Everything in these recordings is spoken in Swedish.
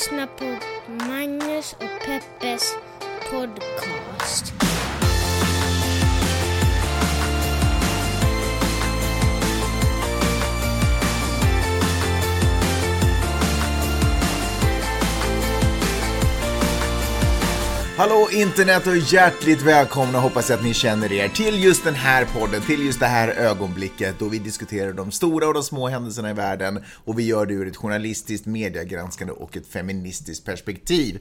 lyssnar på Magnus och Peppes podcast. Hallå internet och hjärtligt välkomna, hoppas att ni känner er till just den här podden, till just det här ögonblicket då vi diskuterar de stora och de små händelserna i världen och vi gör det ur ett journalistiskt, mediegranskande och ett feministiskt perspektiv.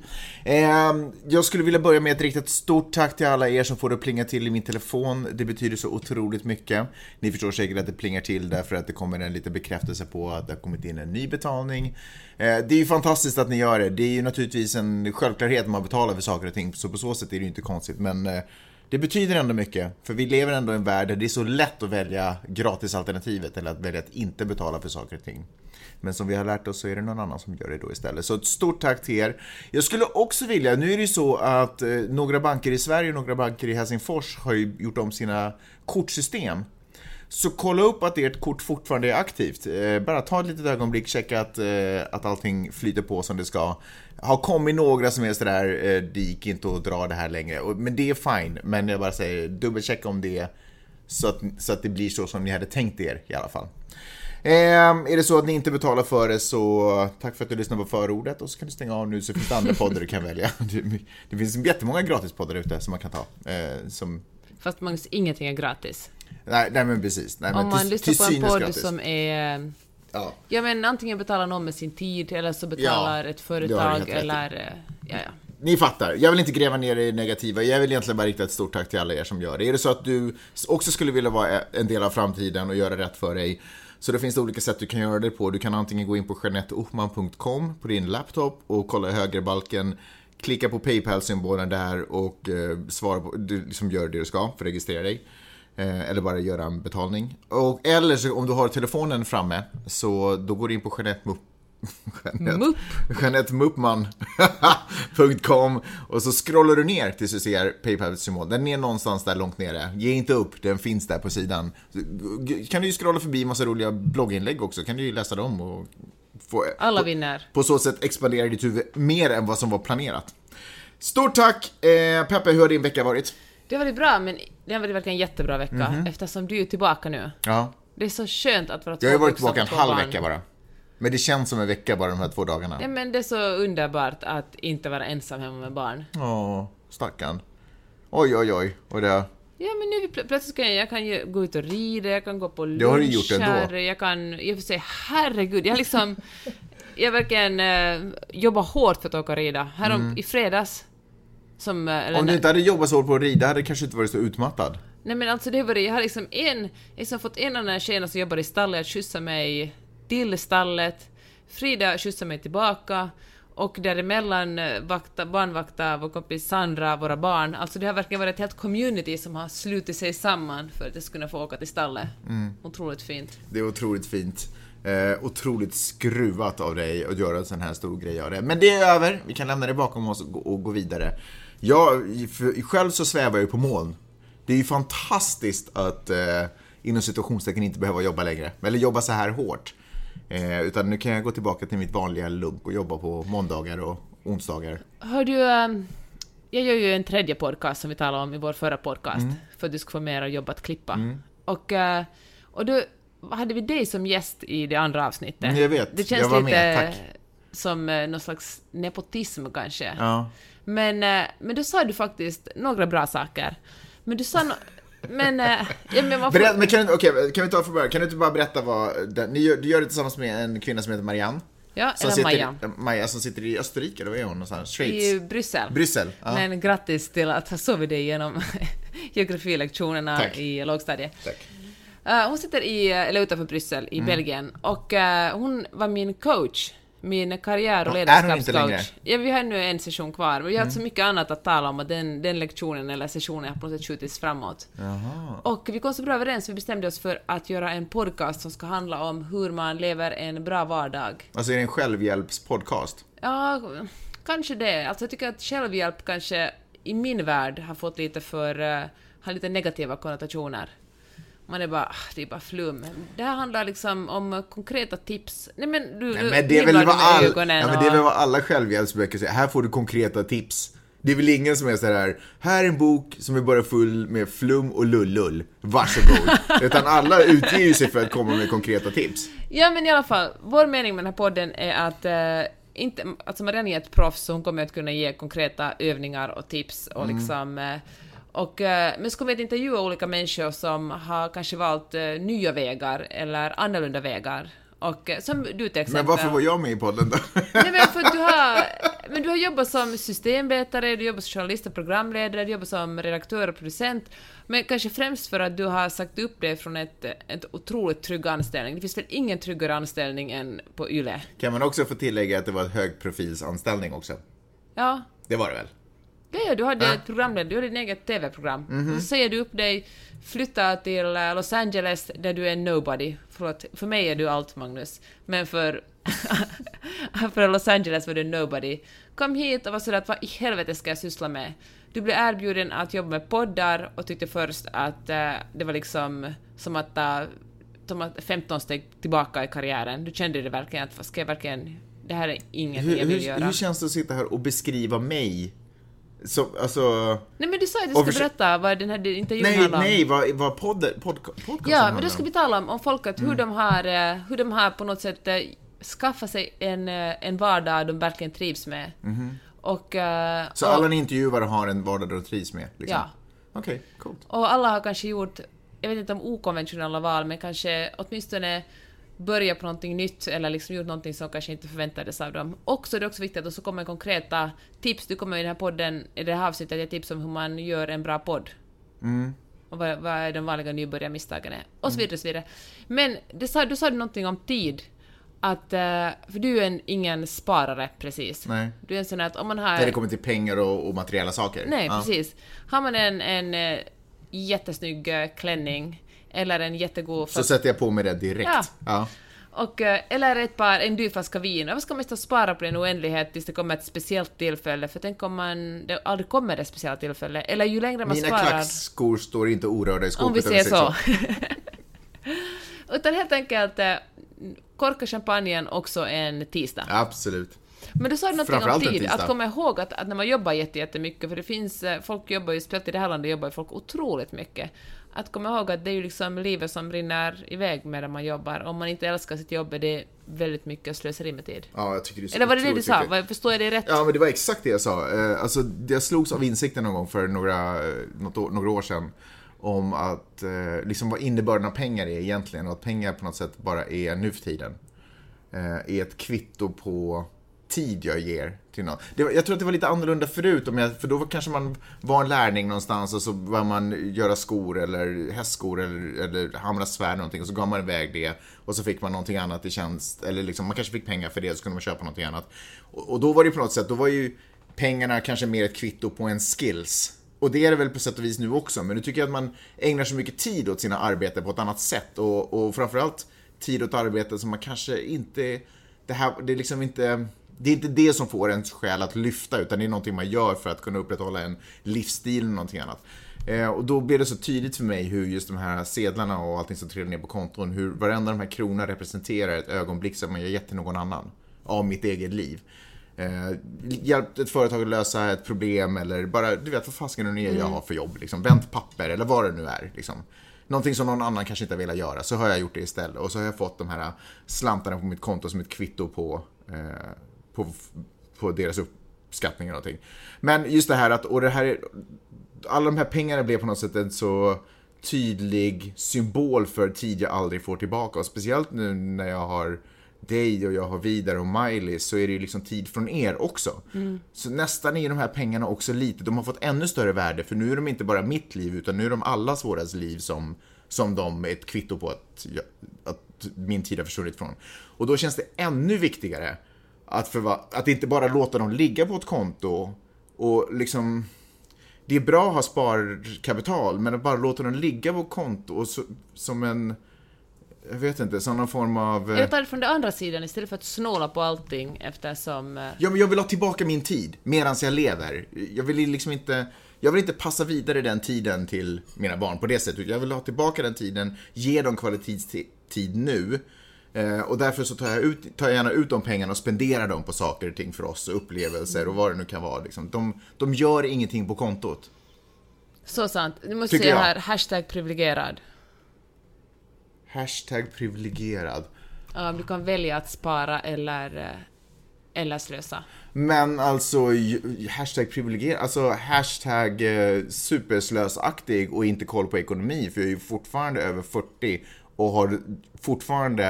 Jag skulle vilja börja med ett riktigt stort tack till alla er som får det plinga till i min telefon. Det betyder så otroligt mycket. Ni förstår säkert att det plingar till därför att det kommer en liten bekräftelse på att det har kommit in en ny betalning. Det är ju fantastiskt att ni gör det. Det är ju naturligtvis en självklarhet när man betalar för saker och ting. Så på så sätt är det ju inte konstigt. Men det betyder ändå mycket. För vi lever ändå i en värld där det är så lätt att välja gratisalternativet. Eller att välja att inte betala för saker och ting. Men som vi har lärt oss så är det någon annan som gör det då istället. Så ett stort tack till er. Jag skulle också vilja, nu är det ju så att några banker i Sverige och några banker i Helsingfors har ju gjort om sina kortsystem. Så kolla upp att ert kort fortfarande är aktivt. Bara ta ett litet ögonblick, checka att allting flyter på som det ska. Har kommit några som är sådär, det gick inte att dra det här längre. Men det är fine, men jag bara säger dubbelchecka om det så att det blir så som ni hade tänkt er i alla fall. Är det så att ni inte betalar för det så tack för att du lyssnar på förordet och så kan du stänga av nu så finns det andra poddar du kan välja. Det finns jättemånga gratispoddar ute som man kan ta. Fast Magnus, ingenting är gratis. Nej men precis. Nej, men om man lyssnar på en podd gratis. Som är... Ja men antingen betalar någon med sin tid eller så betalar ett företag eller... Ni fattar, jag vill inte gräva ner det negativa. Jag vill egentligen bara rikta ett stort tack till alla er som gör det. Är det så att du också skulle vilja vara en del av framtiden och göra rätt för dig, så det finns det olika sätt du kan göra det på. Du kan antingen gå in på JeanetteOhman.com på din laptop och kolla i högerbalken, klicka på PayPal-symbolen där och svara på, du liksom gör det du ska för att registrera dig. Eller bara göra en betalning. Eller så, om du har telefonen framme, så då går du in på JeanetteMuppman.com och så scrollar du ner tills du ser PayPal-symbol. Den är någonstans där långt nere. Ge inte upp, den finns där på sidan. Kan du ju scrolla förbi massa roliga blogginlägg också. Kan du ju läsa dem och få, alla vinner. På så sätt expandera ditt huvud mer än vad som var planerat. Stort tack! Peppe, hur har din vecka varit? Det har varit bra, men det har varit verkligen en jättebra vecka eftersom du är tillbaka nu. Ja. Det är så skönt att vara Jag har varit tillbaka en halv vecka bara. Men det känns som en vecka bara de här 2 dagarna. Ja, men det är så underbart att inte vara ensam hemma med barn. Stackarn. Oj. Och det... Ja, men nu plötsligt kan jag kan gå ut och rida, jag kan gå på lunch. Det har du gjort ändå. Jag får säga, herregud, jag verkligen jobbar hårt för att åka och rida. I fredags. Om du inte hade jobbat så hårt på att rida hade du kanske inte varit så utmattad. Nej, men alltså jag har fått en av de här tjejerna som jobbar i stallet att skjutsa mig till stallet. Frida skjutsar mig tillbaka. Och däremellan barnvakta vår kompis Sandra, våra barn. Alltså det har verkligen varit ett helt community som har slutit sig samman för att jag ska kunna få åka till stallet. Otroligt fint. Det är otroligt fint. Otroligt skruvat av dig att göra en sån här stor grej av det. Men det är över, vi kan lämna det bakom oss och gå vidare. Själv så svävar jag på moln. Det är ju fantastiskt att inom situationstecken inte behöva jobba längre. Eller jobba så här hårt. Utan nu kan jag gå tillbaka till mitt vanliga lugg och jobba på måndagar och onsdagar. Hör du, jag gör ju en tredje podcast som vi talade om i vår förra podcast. För att du ska få mer jobb att klippa. Och då hade vi dig som gäst i det andra avsnittet. Jag vet, det känns jag var lite med, tack. Som någon slags nepotism kanske. Ja. Men då sa du faktiskt några bra saker. Men du sa men kan vi ta för början? Kan du inte bara berätta du gör det tillsammans med en kvinna som heter Marianne? Ja, eller Maja som sitter i Österrike, eller vad är hon någonstans? Schweiz? I Bryssel. Ja. Men grattis till att ha sovit dig genom geografilektionerna i lågstadiet. Tack. Hon sitter utanför Bryssel i Belgien och hon var min coach, min karriär- och ledarskapscoach. Ja, vi har nu en session kvar, men vi har så mycket annat att tala om och den lektionen eller sessionen har på något sätt skjutits framåt. Jaha. Och vi kom så bra överens, vi bestämde oss för att göra en podcast som ska handla om hur man lever en bra vardag. Alltså är det en självhjälpspodcast? Ja, kanske det. Alltså jag tycker att självhjälp kanske i min värld har fått lite negativa konnotationer. Man är bara, det är bara flum. Det här handlar liksom om konkreta tips. Nej men det är väl vad alla självhjälpsböcker säger. Här får du konkreta tips. Det är väl ingen som är så här är en bok som är bara full med flum och lullull. Varsågod. Utan alla utger ju sig för att komma med konkreta tips. Ja, men i alla fall, vår mening med den här podden är att alltså Marianne är ett proffs, så hon kommer att kunna ge konkreta övningar och tips och liksom men så kommer vi att intervjua olika människor som har kanske valt nya vägar eller annorlunda vägar. Och som du till exempel. Men varför var jag med i podden då? Nej, men för du har jobbat som systemvetare, du jobbar som journalist och programledare, du jobbar som redaktör och producent, men kanske främst för att du har sagt upp dig från ett otroligt trygg anställning. Det finns väl ingen tryggare anställning än på YLE. Kan man också få tillägga att det var ett högprofilsanställning också? Ja. Det var det väl? Ja, du hade ett programledare, du hade din eget TV-program. Så säger du upp dig, flytta till Los Angeles där du är nobody. För mig är du allt, Magnus. Men för Los Angeles var du nobody. Kom hit och var sådär att vad i helvete ska jag syssla med? Du blev erbjuden att jobba med poddar och tyckte först att det var liksom som att ta 15 steg tillbaka i karriären. Du kände det verkligen att vad ska jag verkligen... Det här är ingenting jag vill göra. Hur känns det att sitta här och beskriva mig? Så, alltså... Nej, men du sa att du skulle berätta vad den här intervjun handlar om. Nej, vad podcasten ja, men då ska vi tala om folk, att hur de har på något sätt skaffat sig en vardag de verkligen trivs med. Så alla ni intervjuare har en vardag de trivs med? Liksom. Ja. Okej, coolt. Och alla har kanske gjort, jag vet inte om okonventionella val, men kanske åtminstone börja på någonting nytt eller liksom gjort någonting som kanske inte förväntades av dem. Också det är också viktigt att så kommer konkreta tips. Du kommer i den här podden, i det här avsnittet, ge tips om hur man gör en bra podd. Och vad är de vanliga nybörjarmisstagen är. Och så vidare, och så vidare. Men du sa någonting om tid. Att, för du är ingen sparare precis. Nej. Du är en sån att om man har... När det kommer till pengar och materiella saker. Nej, precis. Har man en jättesnygg klänning eller en jättegod... Så sätter jag på mig det direkt. Ja. Och, eller en dyr flaska vin. Vad ska man stå spara på en oändlighet tills det kommer ett speciellt tillfälle? För tänk om det aldrig kommer ett speciellt tillfälle. Eller ju längre man sparar... Mina klackskor står inte orörda i skåpet. Om vi säger så. Utan helt enkelt korka champagnen också en tisdag. Absolut. Men du sa någonting om tid, att komma ihåg att när man jobbar jättemycket, för det finns, folk jobbar ju, speciellt i det här landet jobbar folk otroligt mycket, att komma ihåg att det är ju liksom livet som rinner iväg medan man jobbar. Om man inte älskar sitt jobb är det väldigt mycket slöseri med tid. Ja, jag tycker det är så. Eller var det du sa? Förstår jag det rätt? Ja, men det var exakt det jag sa. Alltså, jag slogs av insikten någon gång för några år sedan om att liksom vad innebörden av pengar är egentligen, och att pengar på något sätt bara är nu för tiden. Är ett kvitto på tid jag ger till någon. Jag tror att det var lite annorlunda förut, för då kanske man var en lärling någonstans och så var man göra skor eller hästskor eller hamra svärd någonting, och så gav man iväg det och så fick man någonting annat i tjänst, eller liksom, man kanske fick pengar för det och så kunde man köpa någonting annat. Och då var det på något sätt, då var ju pengarna kanske mer ett kvitto på en skills. Och det är det väl på sätt och vis nu också, men nu tycker jag att man ägnar så mycket tid åt sina arbeten på ett annat sätt, och framförallt tid åt arbete som man kanske inte, det är liksom inte, det är inte det som får ens själ att lyfta, utan det är någonting man gör för att kunna upprätthålla en livsstil eller någonting annat. Och då blev det så tydligt för mig hur just de här sedlarna och allting som trillar ner på konton, hur varenda de här kronorna representerar ett ögonblick som jag gett till någon annan av mitt eget liv. Hjälpt ett företag att lösa ett problem, eller bara, du vet vad fasken nu är jag har för jobb, liksom, vänt papper eller vad det nu är, liksom. Någonting som någon annan kanske inte vill göra, så har jag gjort det istället, och så har jag fått de här slantarna på mitt konto som ett kvitto på deras uppskattning eller någonting. Men just det här att, och det här, alla de här pengarna blev på något sätt en så tydlig symbol för tid jag aldrig får tillbaka, och speciellt nu när jag har dig och jag har Vidar och Miley, så är det ju liksom tid från er också. Så nästan är de här pengarna också lite, de har fått ännu större värde, för nu är de inte bara mitt liv, utan nu är de allas våras liv som de är ett kvitto på att min tid har försvunnit från. Och då känns det ännu viktigare att inte bara låta dem ligga på ett konto, och liksom, det är bra att ha sparkapital, men att bara låta dem ligga på ett konto och som en, jag vet inte, sån någon form av... Jag tar det från den andra sidan istället för att snåla på allting, eftersom... Ja, men jag vill ha tillbaka min tid medans jag lever. Jag vill liksom inte... jag vill inte passa vidare den tiden till mina barn på det sättet. Jag vill ha tillbaka den tiden, ge dem kvalitetstid nu. Och därför så tar jag gärna ut de pengarna och spenderar dem på saker och ting för oss, och upplevelser och vad det nu kan vara. Liksom. De gör ingenting på kontot. Så sant. Nu måste säga här, #privilegierad. #privilegierad. Ja, du kan välja att spara eller slösa. Men alltså #privilegierad, alltså superslösaktig och inte koll på ekonomi, för jag är ju fortfarande över 40 och har fortfarande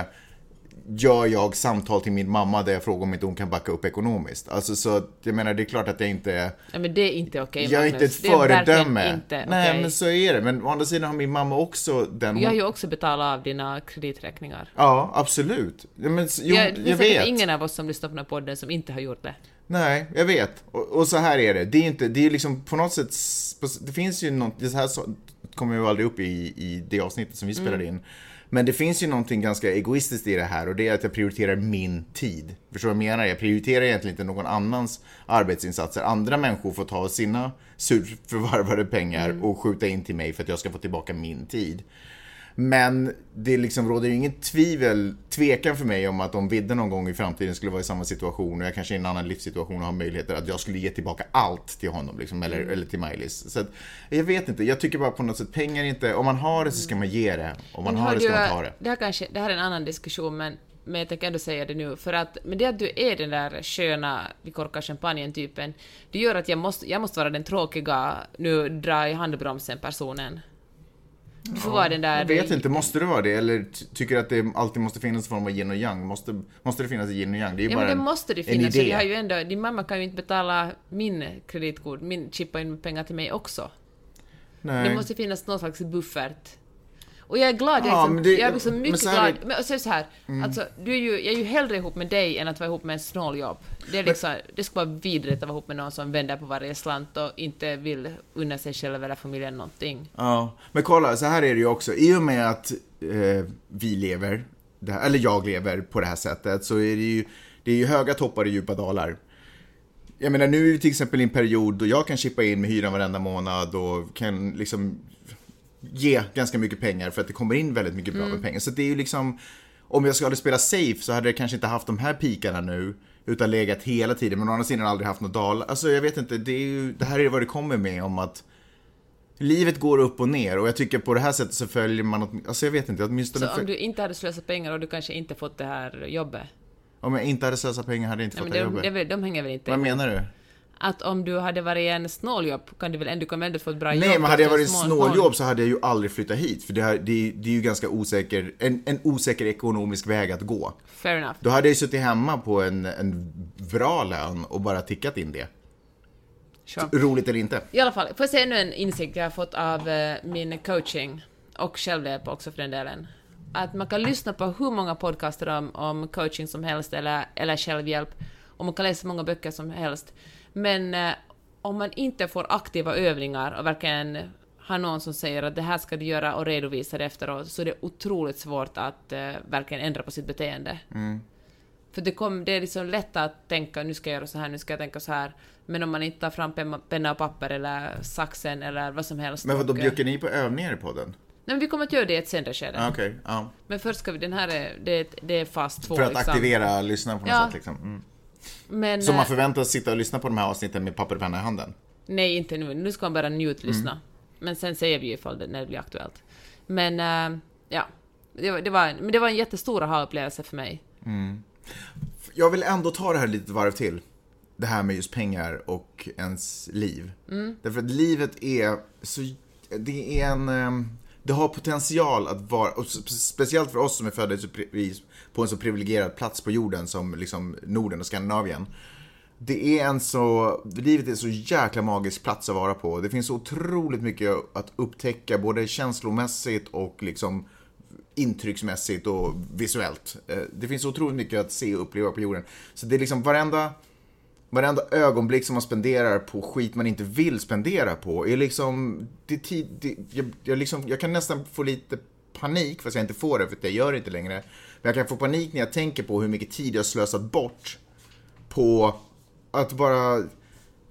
gör jag samtal till min mamma där jag frågar om inte hon kan backa upp ekonomiskt. Alltså så jag menar, det är klart att jag inte... Ja, men det är inte okej. Jag är inte ett föredöme. Inte Nej, okej. men så är det. Men å andra sidan har min mamma också den... Jag har ju också betalat av dina krediträkningar. Ja, absolut. Ja, men, jag vet. Ingen av oss som lyssnar på den här podden som inte har gjort det. Nej, jag vet. Och så här är det. Det är liksom på något sätt... Det finns ju något... Det här kommer ju aldrig upp i det avsnittet som vi spelade in. Men det finns ju någonting ganska egoistiskt i det här, och det är att jag prioriterar min tid. Förstår du vad jag menar? Jag prioriterar egentligen inte någon annans arbetsinsatser. Andra människor får ta sina surt förvärvade pengar och skjuta in till mig för att jag ska få tillbaka min tid. Men det liksom råder ju ingen tvekan för mig om att om Vidde någon gång i framtiden skulle vara i samma situation, och jag kanske i en annan livssituation har möjligheter, att jag skulle ge tillbaka allt till honom liksom, eller till Maj-Lis. Så att, jag vet inte, jag tycker bara på något sätt, pengar inte, om man har det så ska man ge det, om man har det ska man ta det. Det här är en annan diskussion, men jag tänker ändå säga det nu, för att med det att du är den där sköna, vi korkar champagnen-typen, det gör att jag måste vara den tråkiga, nu dra i handbromsen personen. Du får vara den där... Jag vet inte, måste det vara det? Eller tycker du att det alltid måste finnas en form av yin och yang? Måste det finnas yin och yang? Det är ju bara men det måste det finnas. idé. Jag har ju ändå, din mamma kan ju inte betala min kreditkort, chippa in pengar till mig också. Nej. Det måste finnas någon slags buffert. Och jag är glad, jag är liksom mycket glad. Men så här, alltså, jag är ju hellre ihop med dig än att vara ihop med en snåljobb. Det är liksom, det ska vara vidrigt att vara ihop med någon som vänder på varje slant och inte vill unna sig själv eller familjen någonting. Ja, men kolla, så här är det ju också. I och med att vi lever, eller jag lever på det här sättet, så är det är ju höga toppar och djupa dalar. Jag menar, nu är vi till exempel i en period då jag kan chippa in med hyran varenda månad och kan liksom ge ganska mycket pengar för att det kommer in väldigt mycket bra med pengar. Så det är ju liksom, om jag skulle spela safe så hade jag kanske inte haft de här pikarna nu, utan legat hela tiden, men å andra sidan aldrig haft något dal. Alltså jag vet inte, det här är vad det kommer med, om att livet går upp och ner, och jag tycker på det här sättet så följer man alltså jag vet inte, åtminstone... Så om du inte hade slösat pengar och du kanske inte fått det här jobbet? Om jag inte hade slösat pengar hade jag inte fått det jobbet. De hänger väl inte. Vad menar du? Att om du hade varit en snåljobb kan du väl ändå få ett bra jobb. Nej, men hade jag varit snåljobb så hade jag ju aldrig flyttat hit. För det är ju ganska osäker, en osäker ekonomisk väg att gå. Fair enough. Då hade jag ju suttit hemma på en bra lön och bara tickat in det. Sure. Roligt eller inte. I alla fall, får jag säga nu en insikt jag har fått av min coaching och självhjälp också för den delen. Att man kan lyssna på hur många podcaster om coaching som helst eller självhjälp, och man kan läsa många böcker som helst. Men om man inte får aktiva övningar och verkligen har någon som säger att det här ska du göra och redovisa det efteråt, så är det otroligt svårt att verkligen ändra på sitt beteende. För det är liksom lätt att tänka, nu ska jag göra så här, nu ska jag tänka så här. Men om man inte tar fram penna och papper eller saxen eller vad som helst. Men vad då bjöker ni på övningar i podden? Nej, men vi kommer att göra det i ett senare skede. Okej, ja. Men först ska vi, den här det är fas 2. För att aktivera lyssnaren på något sätt liksom. Men, så man förväntas sitta och lyssna på de här avsnitten med papper och penna i handen? Nej, inte nu. Nu ska man bara lyssna. Men sen säger vi ju ifall när det blir aktuellt. Men ja, det var en jättestor aha-upplevelse för mig. Jag vill ändå ta det här lite varv till. Det här med just pengar och ens liv. Därför att livet är så... Det har potential att vara, och speciellt för oss som är födda på en så privilegierad plats på jorden som liksom Norden och Skandinavien. Livet är så jäkla magisk plats att vara på. Det finns så otroligt mycket att upptäcka, både känslomässigt och liksom intrycksmässigt och visuellt. Det finns så otroligt mycket att se och uppleva på jorden. Så det är liksom varenda ögonblick som man spenderar på skit man inte vill spendera på är liksom, jag kan nästan få lite panik, fast jag inte får det för att jag gör det inte längre. Men jag kan få panik när jag tänker på hur mycket tid jag har slösat bort på att bara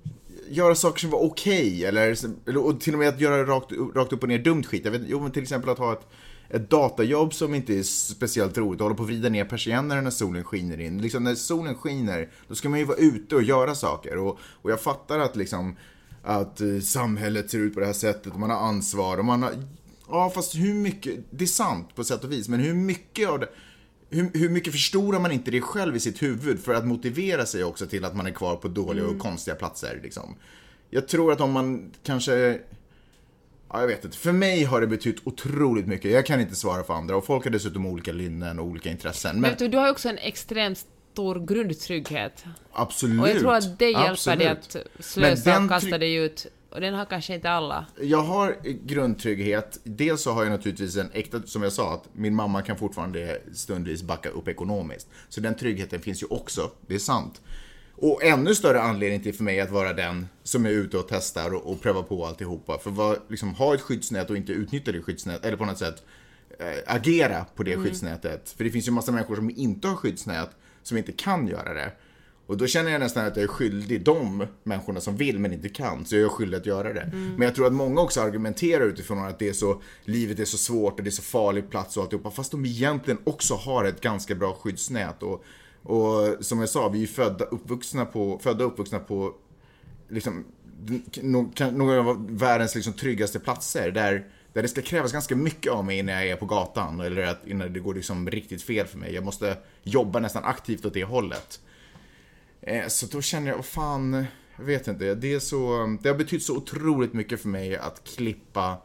göra saker som var okej, eller och till och med att göra rakt upp och ner dumt skit. Jag vet, men till exempel att ha ett datajobb som inte är speciellt roligt, hålla på att vrida ner persienner när solen skiner in. Liksom när solen skiner, då ska man ju vara ute och göra saker. Och jag fattar att liksom att samhället ser ut på det här sättet och man har ansvar och man har, ja, fast hur mycket, det är sant på sätt och vis, men hur mycket av det, hur mycket förstorar man inte det själv i sitt huvud för att motivera sig också till att man är kvar på dåliga och konstiga platser liksom. Jag tror att om man kanske, ja, jag vet inte, för mig har det betytt otroligt mycket. Jag kan inte svara för andra, och folk har dessutom olika linnen och olika intressen. Men du har ju också en extremt stor grundtrygghet. Absolut. Och jag tror att det hjälper dig att slösa och kasta dig ut. Och den har kanske inte alla. Jag har grundtrygghet. Dels så har jag naturligtvis en äkta, som jag sa, att min mamma kan fortfarande stundvis backa upp ekonomiskt. Så den tryggheten finns ju också, det är sant. Och ännu större anledning till för mig att vara den som är ute och testar och prövar på alltihopa. För liksom, ha ett skyddsnät och inte utnyttja det skyddsnät, eller på något sätt agera på det skyddsnätet. För det finns ju massa människor som inte har skyddsnät, som inte kan göra det. Och då känner jag nästan att jag är skyldig de människorna som vill men inte kan, så jag är skyldig att göra det. Men jag tror att många också argumenterar utifrån att det är så, livet är så svårt och det är så farlig plats och alltihopa, fast de egentligen också har ett ganska bra skyddsnät. Och som jag sa, vi är ju födda och uppvuxna på liksom, några av världens liksom tryggaste platser där det ska krävas ganska mycket av mig när jag är på gatan, eller innan det går liksom riktigt fel för mig. Jag måste jobba nästan aktivt åt det hållet. Så då känner jag, fan, jag vet inte, det har betytt så otroligt mycket för mig att klippa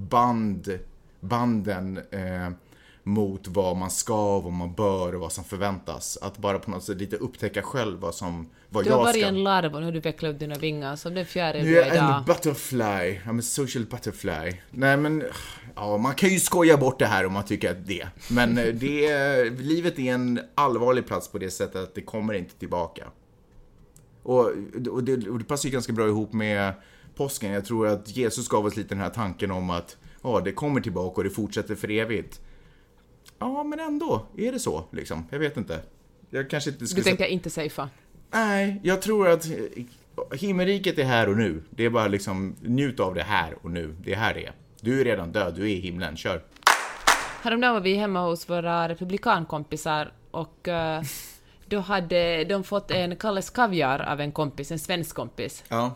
banden mot vad man ska, vad man bör och vad som förväntas. Att bara på något sätt lite upptäcka själv vad jag ska. Du har varit en larv och nu har du vecklat upp dina vingar som den fjäril du är idag. En butterfly, I'm a social butterfly. Nej men, ja, man kan ju skoja bort det här om man tycker att det. Men livet är en allvarlig plats på det sättet att det kommer inte tillbaka. Och det passar ju ganska bra ihop med påsken. Jag tror att Jesus gav oss lite den här tanken om att det kommer tillbaka och det fortsätter för evigt. Ja, men ändå, är det så liksom? Jag vet inte. Jag kanske inte skulle... Du tänker inte safea? Nej, jag tror att himmelriket är här och nu. Det är bara liksom, njut av det här och nu. Det är här det är. Du är redan död, du är i himlen, kör. Häromdagen var vi hemma hos våra republikankompisar och då hade de fått en Kalles kaviar av en kompis, en svensk kompis. Ja.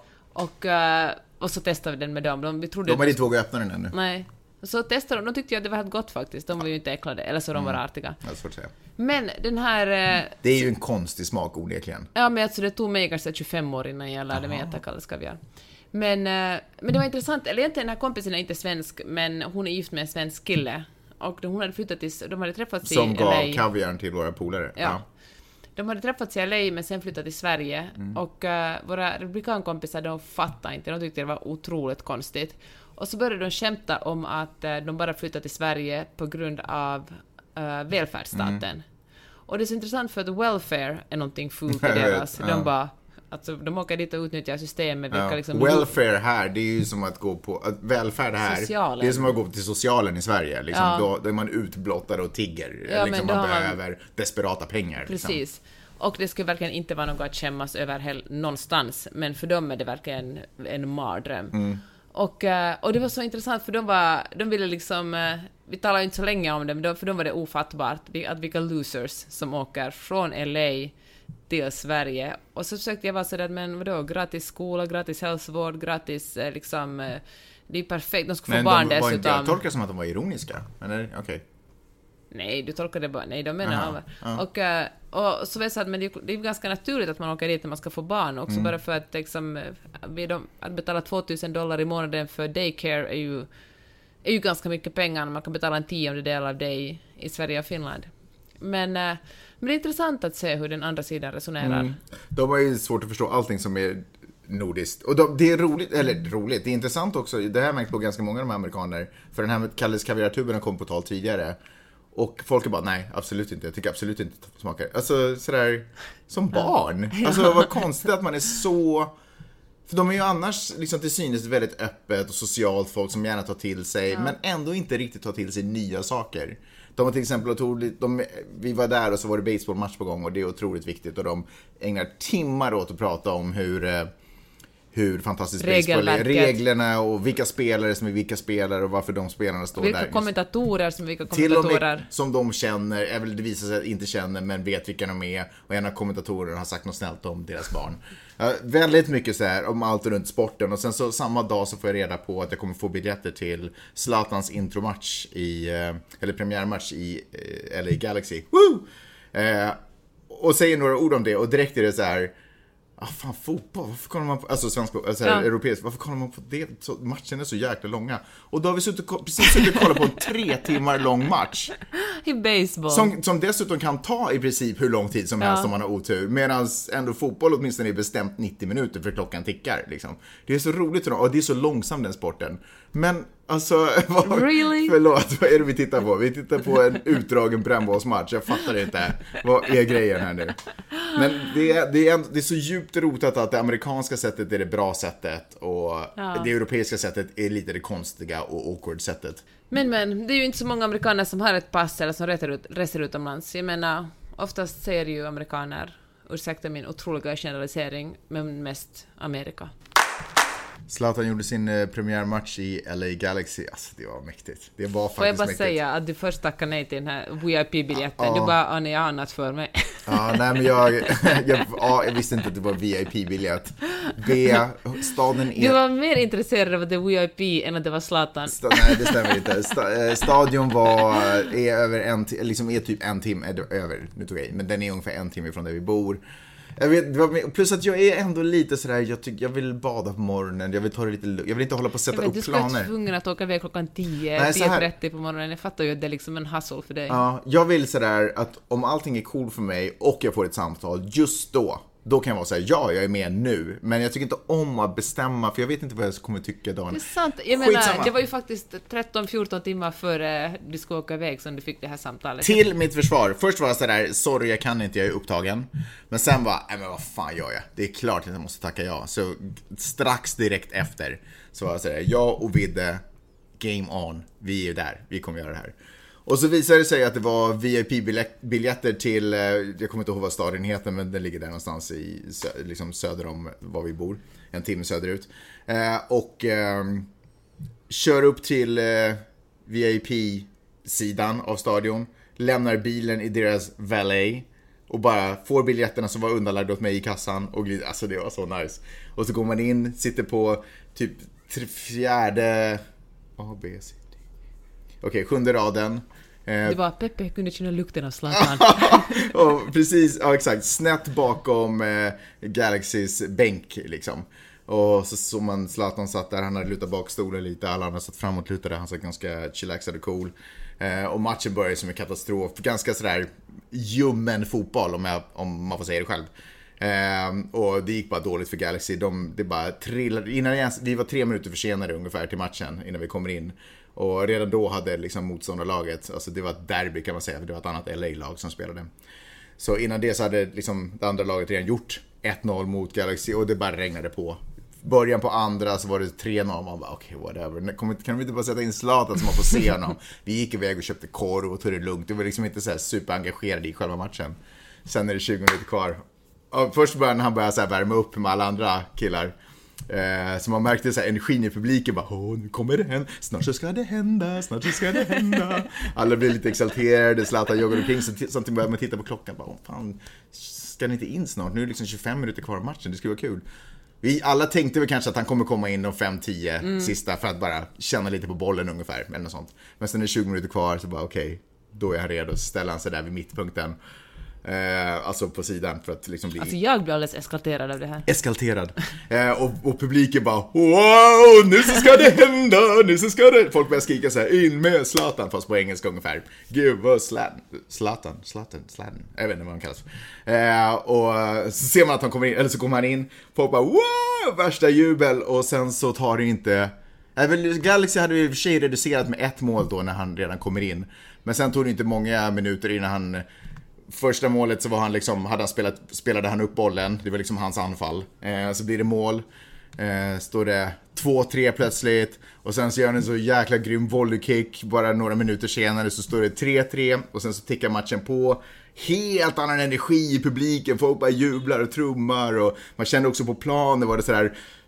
Och så testade vi den med dem. De hade inte vågat öppna den ännu. Nej. Så testade de tyckte jag att det var helt gott faktiskt. De var ju inte äcklade, eller så de var artiga. Det är svårt att säga. Men den här... det är ju en konstig smak, onekligen. Ja, men alltså det tog mig kanske 25 år innan jag lärde mig äta Kalles kaviar. Men det var intressant, eller egentligen den här kompisen är inte svensk, men hon är gift med en svensk kille. Och hon hade flyttat de hade träffats i LA. Som gav kaviaren till våra polare. Ja. De hade träffats i LA men sen flyttat till Sverige. Och våra republikankompisar, de fattade inte. De tyckte det var otroligt konstigt. Och så började de skämta om att de bara flyttat till Sverige på grund av välfärdsstaten. Och det är så intressant för att welfare är någonting fult i deras. De bara... Alltså, de åker dit och utnyttjar systemet. Liksom welfare här, det är ju som att gå på... välfärd här, socialen. Det är som att gå till socialen i Sverige. Liksom, då är man utblottad och tigger. Ja, liksom, man behöver desperata pengar. Precis. Liksom. Och det skulle verkligen inte vara något att skämmas över någonstans. Men för dem är det verkligen en mardröm. Och det var så intressant för de ville liksom... Vi talar inte så länge om det, men för dem var det ofattbart att vilka losers som åker från LA till Sverige. Och så försökte jag vara sådär, men vadå, gratis skola, gratis hälsovård, gratis liksom, det är perfekt, de skulle få barn dessutom. Men jag tolkar som att de var ironiska, eller? Okej. Nej, du tolkar det bara, nej, de menar och så var det så att men det är ganska naturligt att man åker dit när man ska få barn också, bara för att liksom, att betala $2,000 i månaden för daycare är ju ganska mycket pengar. Man kan betala en 10% av det i Sverige och Finland. Men det är intressant att se hur den andra sidan resonerar. De har ju svårt att förstå allting som är nordiskt. Och det är roligt, det är intressant också. Det här har märkt på ganska många av de här amerikaner. För den här Kalles kaviartuben kom på tal tidigare. Och folk är bara, nej, absolut inte. Jag tycker absolut inte att det smakar. Alltså sådär, som barn. Alltså vad konstigt att man är så... För de är ju annars liksom till synes väldigt öppet och socialt folk som gärna tar till sig, men ändå inte riktigt tar till sig nya saker. De har till exempel, vi var där och så var det baseballmatch på gång och det är otroligt viktigt och de ägnar timmar åt att prata om hur hur fantastiskt baseball är. Reglerna och vilka spelare som är vilka spelare och varför de spelarna står vilka där. Vilka kommentatorer som vilka kommentatorer. Till och med som de känner, det visar sig att inte känner men vet vilka de är. Och en av kommentatorerna har sagt något snällt om deras barn. Väldigt mycket så här om allt runt sporten. Och sen så samma dag så får jag reda på att jag kommer få biljetter till Zlatans intromatch eller premiärmatch i LA Galaxy. Woo! Och säger några ord om det och direkt är det så här. Fan, fotboll, varför kollar man på, alltså svensk, alltså europeisk, varför kollar man på det? Så, matchen är så jäkla långa. Och då har vi precis suttit och kollat på en 3 timmar lång match. I baseball. Som dessutom kan ta i princip hur lång tid som helst om man har otur. Medan ändå fotboll åtminstone är bestämt 90 minuter för klockan tickar. Liksom. Det är så roligt och det är så långsam den sporten. Men alltså, really? Förlåt, vad är det vi tittar på? Vi tittar på en utdragen brännbollsmatch. Jag fattar inte. Vad är grejen här nu? Men det är så djupt rotat att det amerikanska sättet är det bra sättet och det europeiska sättet är lite det konstiga och awkward sättet. Men det är ju inte så många amerikaner som har ett pass eller som reser utomlands. Jag menar, oftast säger ju amerikaner, ursäkta min otroliga generalisering, men mest Amerika. Zlatan gjorde sin premiärmatch i LA Galaxy. Alltså det var mäktigt. Det var faktiskt mäktigt. Får jag bara säga att du först tackade nej till den här VIP-biljetten. Du bara, jag har annat för mig. Ja, nej men jag visste inte att det var VIP-biljett. Staden är... Du var mer intresserad av att det var VIP än att det var Zlatan. Nej, det stämmer inte. Stadion är typ en timme över, nu tog jag i, men den är ungefär en timme från där vi bor. Jag vet, plus att jag är ändå lite sådär, jag vill bada på morgonen, jag vill ta det lite lugnt, jag vill inte hålla på att sätta upp planer. Du ska vara tvungen att åka iväg klockan 10:30 på morgonen, jag fattar ju att det är liksom en hustle för dig. Ja, jag vill sådär att om allting är cool för mig och jag får ett samtal, just då kan jag vara såhär, jag är med nu. Men jag tycker inte om att bestämma, för jag vet inte vad jag kommer tycka dagen. Det är sant, jag menar, det var ju faktiskt 13-14 timmar före du ska åka iväg som du fick det här samtalet. Till mitt försvar, först var jag sådär, sorry jag kan inte, jag är upptagen. Men sen var men vad fan gör jag? Det är klart att jag måste tacka ja. Så strax direkt efter så var jag sådär, jag och Vidde, game on, vi är ju där, vi kommer göra det här. Och så visade det sig att det var VIP-biljetter till, jag kommer inte ihåg vad staden heter, men den ligger där någonstans liksom söder om var vi bor, en timme söderut. Och kör upp till VIP-sidan av stadion, lämnar bilen i deras valet och bara får biljetterna som var undanlagda åt mig i kassan. Och alltså det var så nice. Och så går man in, sitter på typ fjärde sjunde raden. Det var Peppe kunde känna lukten av Zlatan. Och precis, ja exakt, snett bakom Galaxys bänk liksom. Och så man Zlatan satt där, han hade lutat bak stolen lite, alla andra satt framåt lutade, han satt ganska chillaxad och cool. Och matchen började som en katastrof, ganska sådär ljummen fotboll om man får säga det själv. Och det gick bara dåligt för Galaxy. Det bara trillade vi var 3 minuter försenade ungefär till matchen innan vi kommer in. Och redan då hade liksom motståndarlaget, alltså det var ett derby kan man säga, för det var ett annat LA-lag som spelade. Så innan det så hade liksom det andra laget redan gjort 1-0 mot Galaxy och det bara regnade på. Början på andra så var det 3-0 och man bara okej, whatever. Kan vi inte bara sätta in Zlatan så man får se honom? Vi gick iväg och köpte korv och tog det lugnt. Det var liksom inte så här superengagerad i själva matchen. Sen är det 20 minuter kvar. Och först började han börja så här värma upp med alla andra killar. Så man märkte så här energin i publiken bara, nu kommer det hända, snart så ska det hända. Alla blir lite exalterade, Zlatan joggar omkring, så samtidigt börjar man titta på klockan bara, fan, ska ni inte in snart? Nu är det liksom 25 minuter kvar av matchen, det skulle vara kul. Vi alla tänkte väl kanske att han kommer komma in de 5-10 sista för att bara känna lite på bollen ungefär eller något sånt. Men sen är det 20 minuter kvar så bara okej, då är han redo att ställa han sig där vid mittpunkten. Alltså på sidan för att liksom bli... Alltså jag blir alldeles eskalterad av det här. Eskalterad. Och publiken bara wow, nu så ska det hända, nu så ska det... Folk börjar skrika så här, in med Zlatan, fast på engelska ungefär. Give us Zlatan. Jag vet inte vad han kallas. Och så ser man att han kommer in, eller så kommer han in. Folk bara wow, värsta jubel. Och sen så tar det inte... Galaxy hade ju i och för sig reducerat med 1 mål då när han redan kommer in. Men sen tog det inte många minuter innan han... Första målet så var han liksom, spelade han upp bollen. Det var liksom hans anfall. Så blir det mål. Står det 2-3 plötsligt. Och sen så gör han en så jäkla grym volleykick. Bara några minuter senare så står det 3-3. Och sen så tickar matchen på. Helt annan energi i publiken. Folk bara jublar och trummar. Och man kände också på plan, det var det sådär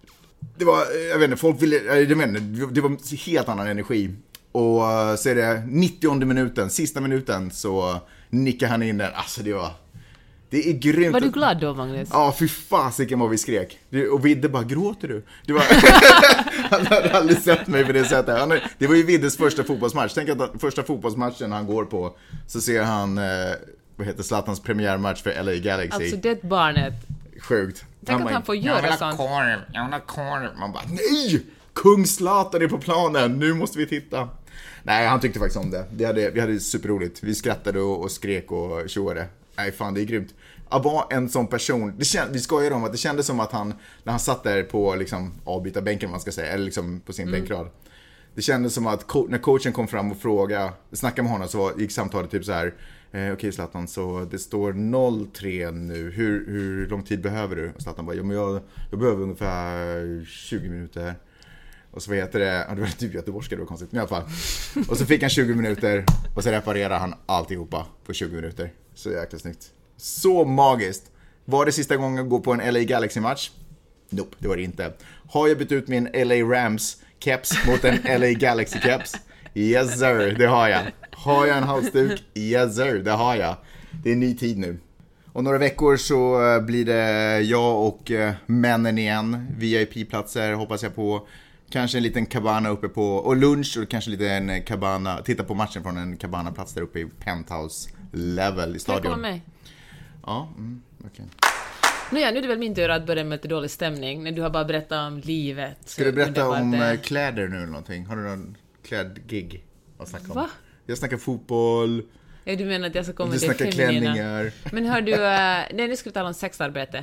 det var, jag vet inte, folk ville, jag vet inte, det var helt annan energi. Och så är det 90:e minuten, sista minuten, så nickar han in den. Alltså det är grymt. Var du glad då, Magnus? Ja, fy fasiken vad vi skrek. Och Vidde bara, gråter du? Det var han hade aldrig sett mig på det sättet. Det var ju Viddes första fotbollsmatch. Tänk att första fotbollsmatchen han går på, så ser han, vad heter Zlatans premiärmatch för LA Galaxy. Alltså det barnet. Sjukt. Tänk att han får göra sånt. Jag vill ha korv. Man bara, nej! Kung Zlatan är på planen, nu måste vi titta. Nej, han tyckte faktiskt om det. Vi hade superroligt. Vi skrattade och skrek och tjoade. Nej, fan, det är grymt. Att vara en sån person, vi skojar om att det kändes som att han, när han satt där på liksom avbytarbänken, man ska säga, eller liksom på sin bänkrad. Det kändes som att när coachen kom fram och snackade med honom, så gick samtalet typ så här: okej Zlatan, så det står 0-3 nu, hur lång tid behöver du? Och Zlatan bara, jag behöver ungefär 20 minuter. Och så heter det, det var typ göteborgska, det var konstigt, men i alla fall. Och så fick han 20 minuter och så reparerade han alltihopa på 20 minuter. Så jäkla snyggt. Så magiskt. Var det sista gången jag går på en LA Galaxy-match? Nope, det var det inte. Har jag bytt ut min LA Rams-keps mot en LA Galaxy-keps? Yes sir, det har jag. Har jag en halsduk? Yes sir, det har jag. Det är ny tid nu. Om några veckor så blir det jag och männen igen. VIP-platser hoppas jag på. Kanske en liten cabana uppe på, och lunch, och kanske lite en cabana, titta på matchen från en cabana-plats där uppe i penthouse level i stadion. Kan jag komma med? Ja, okej. Nu är det väl min tur att börja med lite dålig stämning när du har bara berättat om livet. Ska du berätta om kläder nu eller någonting? Har du någon klädgig att snacka om? Va? Jag snackar fotboll. Ja, du menar att jag ska komma med det feminina? Du snackar klänningar. Men hör du, nu ska vi tala om sexarbete.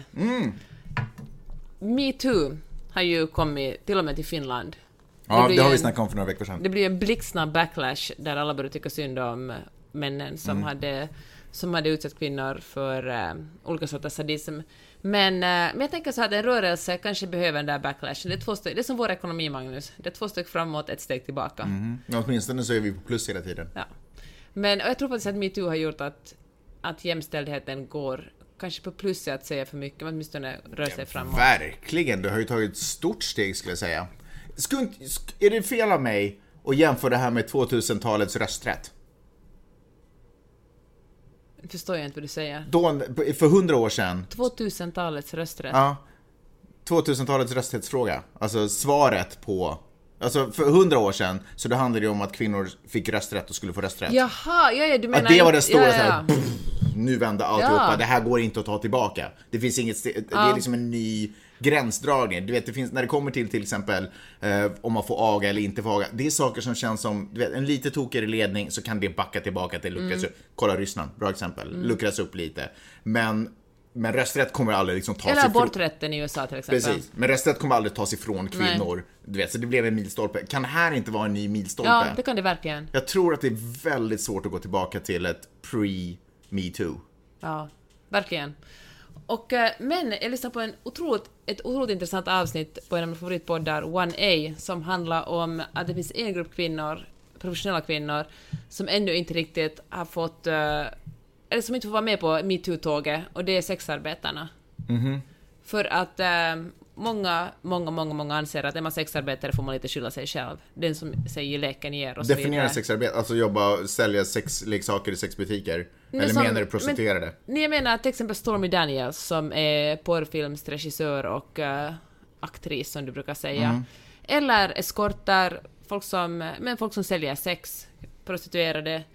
Me Too har ju kommit till och med till Finland. Ja, det har vi snackat om för några veckor sedan. Det blir en blixtsnabb backlash där alla börjar tycka synd om männen som hade utsatt kvinnor för olika sorters sadism. Men jag tänker så att en rörelse kanske behöver den där backlashen. Det är som vår ekonomi, Magnus. Det är 2 steg framåt, 1 steg tillbaka. Ja, åtminstone så är vi på plus hela tiden. Ja. Men och jag tror faktiskt att MeToo har gjort att jämställdheten går kanske på plus att säga för mycket, men åtminstone rör sig framåt. Verkligen, du har ju tagit ett stort steg skulle jag säga. Är det fel av mig att jämföra det här med 2000-talets rösträtt? Förstår jag inte vad du säger. Då, för 100 år sedan. 2000-talets rösträtt. Ja. 2000-talets rösträttsfråga. Alltså svaret på... Alltså för 100 år sedan så det handlade det om att kvinnor fick rösträtt och skulle få rösträtt. Jaha, du menar... Att det var det stora så här, nu vände alltihopa. Ja. Det här går inte att ta tillbaka. Det finns inget... Det är liksom en ny gränsdragning. Du vet, det finns, när det kommer till exempel om man får aga eller inte får aga. Det är saker som känns som, du vet, en lite tokigare ledning så kan det backa tillbaka till luckras upp. Kolla Ryssland, bra exempel. Luckras upp lite. Men rösträtt kommer aldrig liksom tas ifrån... Eller aborträtten i USA till exempel. Precis, men rösträtt kommer aldrig tas ifrån kvinnor. Nej. Du vet, så det blev en milstolpe. Kan det här inte vara en ny milstolpe? Ja, det kan det verkligen. Jag tror att det är väldigt svårt att gå tillbaka till ett pre-MeToo. Ja, verkligen. Och, men jag lyssnade på ett otroligt intressant avsnitt på en av mina favoritpoddar, 1A, som handlar om att det finns en grupp kvinnor, professionella kvinnor, som ännu inte riktigt har fått... eller som inte får vara med på MeToo-tåget, och det är sexarbetarna. För att många anser att är man sexarbetare får man lite skylla sig själv. Den som säger leken ger och så vidare. Definiera sexarbete, alltså jobba och sälja sexleksaker i sexbutiker. Eller menar du prostituerade? Nej, jag menar till exempel Stormy Daniels som är porrfilmsregissör och aktris som du brukar säga. Eller eskortar, folk som säljer sex, prostituerade.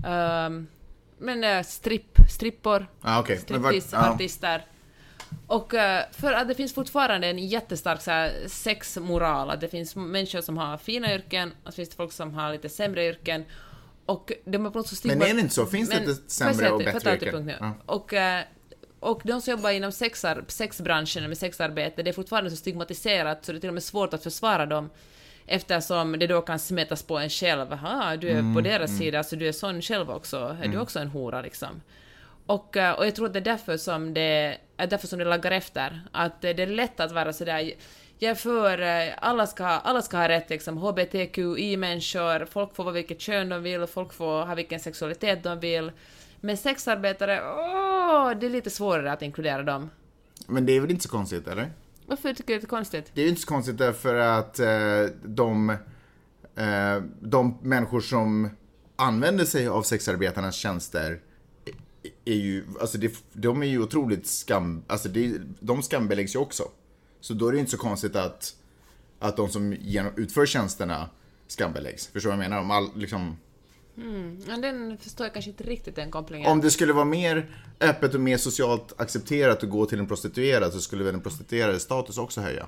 Men strippor, okay. striptease-artister. Och för att det finns fortfarande en jättestark så här, sexmoral. Att det finns människor som har fina yrken, och så finns det folk som har lite sämre yrken. Och de har på något så men är det inte så? Finns det inte sämre och bättre yrken? Ja. Och de som jobbar inom sexbranschen med sexarbete, det är fortfarande så stigmatiserat så det är till och med svårt att försvara dem. Eftersom det då kan smätas på en själv. Du är på deras sida, så du är sån själv också. Är du också en hora liksom? Och jag tror att det är därför som det laggar efter. Att det är lätt att vara sådär... Jag för alla ska ha rätt, liksom. HBTQI-människor, folk får vara vilket kön de vill, folk får ha vilken sexualitet de vill. Men sexarbetare, det är lite svårare att inkludera dem. Men det är väl inte så konstigt, eller? Varför tycker du det är konstigt? Det är ju inte så konstigt därför att de människor som använder sig av sexarbetarnas tjänster är ju, alltså de är ju otroligt de skambeläggs ju också. Så då är det inte så konstigt att de som utför tjänsterna skambeläggs. Förstår du vad jag menar? Om Men den förstår jag kanske inte riktigt, den kopplingen. Om det skulle vara mer öppet och mer socialt accepterat att gå till en prostituerad, så skulle väl den prostituerade status också höja.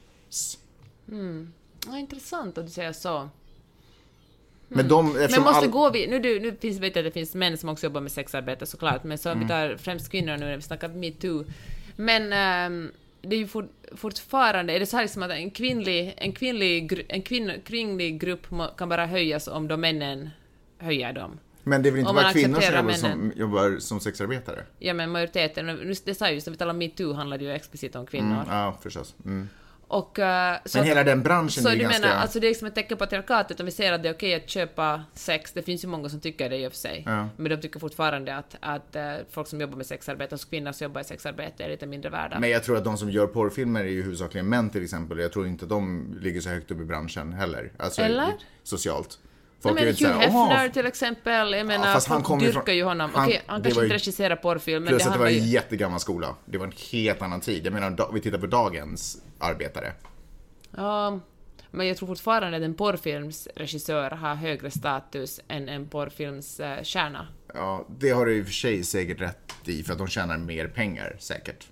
Ja, intressant att du säger så. Men måste gå vid, nu finns vet jag att det finns män som också jobbar med sexarbete såklart, men så vi tar främst kvinnor nu när vi snackar MeToo. Men det är ju fortfarande, är det så här liksom att en kvinnlig grupp kan bara höjas om de männen höjer dem. Men det är väl inte bara kvinnor som jobbar som sexarbetare? Ja, men majoriteten, det sa just när vi talar om MeToo handlar det ju explicit om kvinnor. Ja, förstås. Och, så men hela den branschen så är ju ganska... menar, alltså det är liksom ett tecken på patriarkatet om vi ser att det är okej att köpa sex. Det finns ju många som tycker det i och för sig. Ja. Men de tycker fortfarande att folk som jobbar med sexarbete och kvinnor som jobbar i sexarbete är lite mindre värda. Men jag tror att de som gör porrfilmer är ju huvudsakligen män till exempel. Jag tror inte att de ligger så högt upp i branschen heller. Alltså eller? Socialt. Folk men Hugh Hefner till exempel, jag menar, fast folk dyrkar ju honom. Okej, han kanske inte regisserar porrfilm, men plus att det var en jättegammal skola. Det var en helt annan tid. Jag menar, vi tittar på dagens arbetare. Ja, men jag tror fortfarande att en porrfilmsregissör har högre status än en porrfilmskärna. Ja, det har du i och för sig säkert rätt i, för att de tjänar mer pengar, säkert.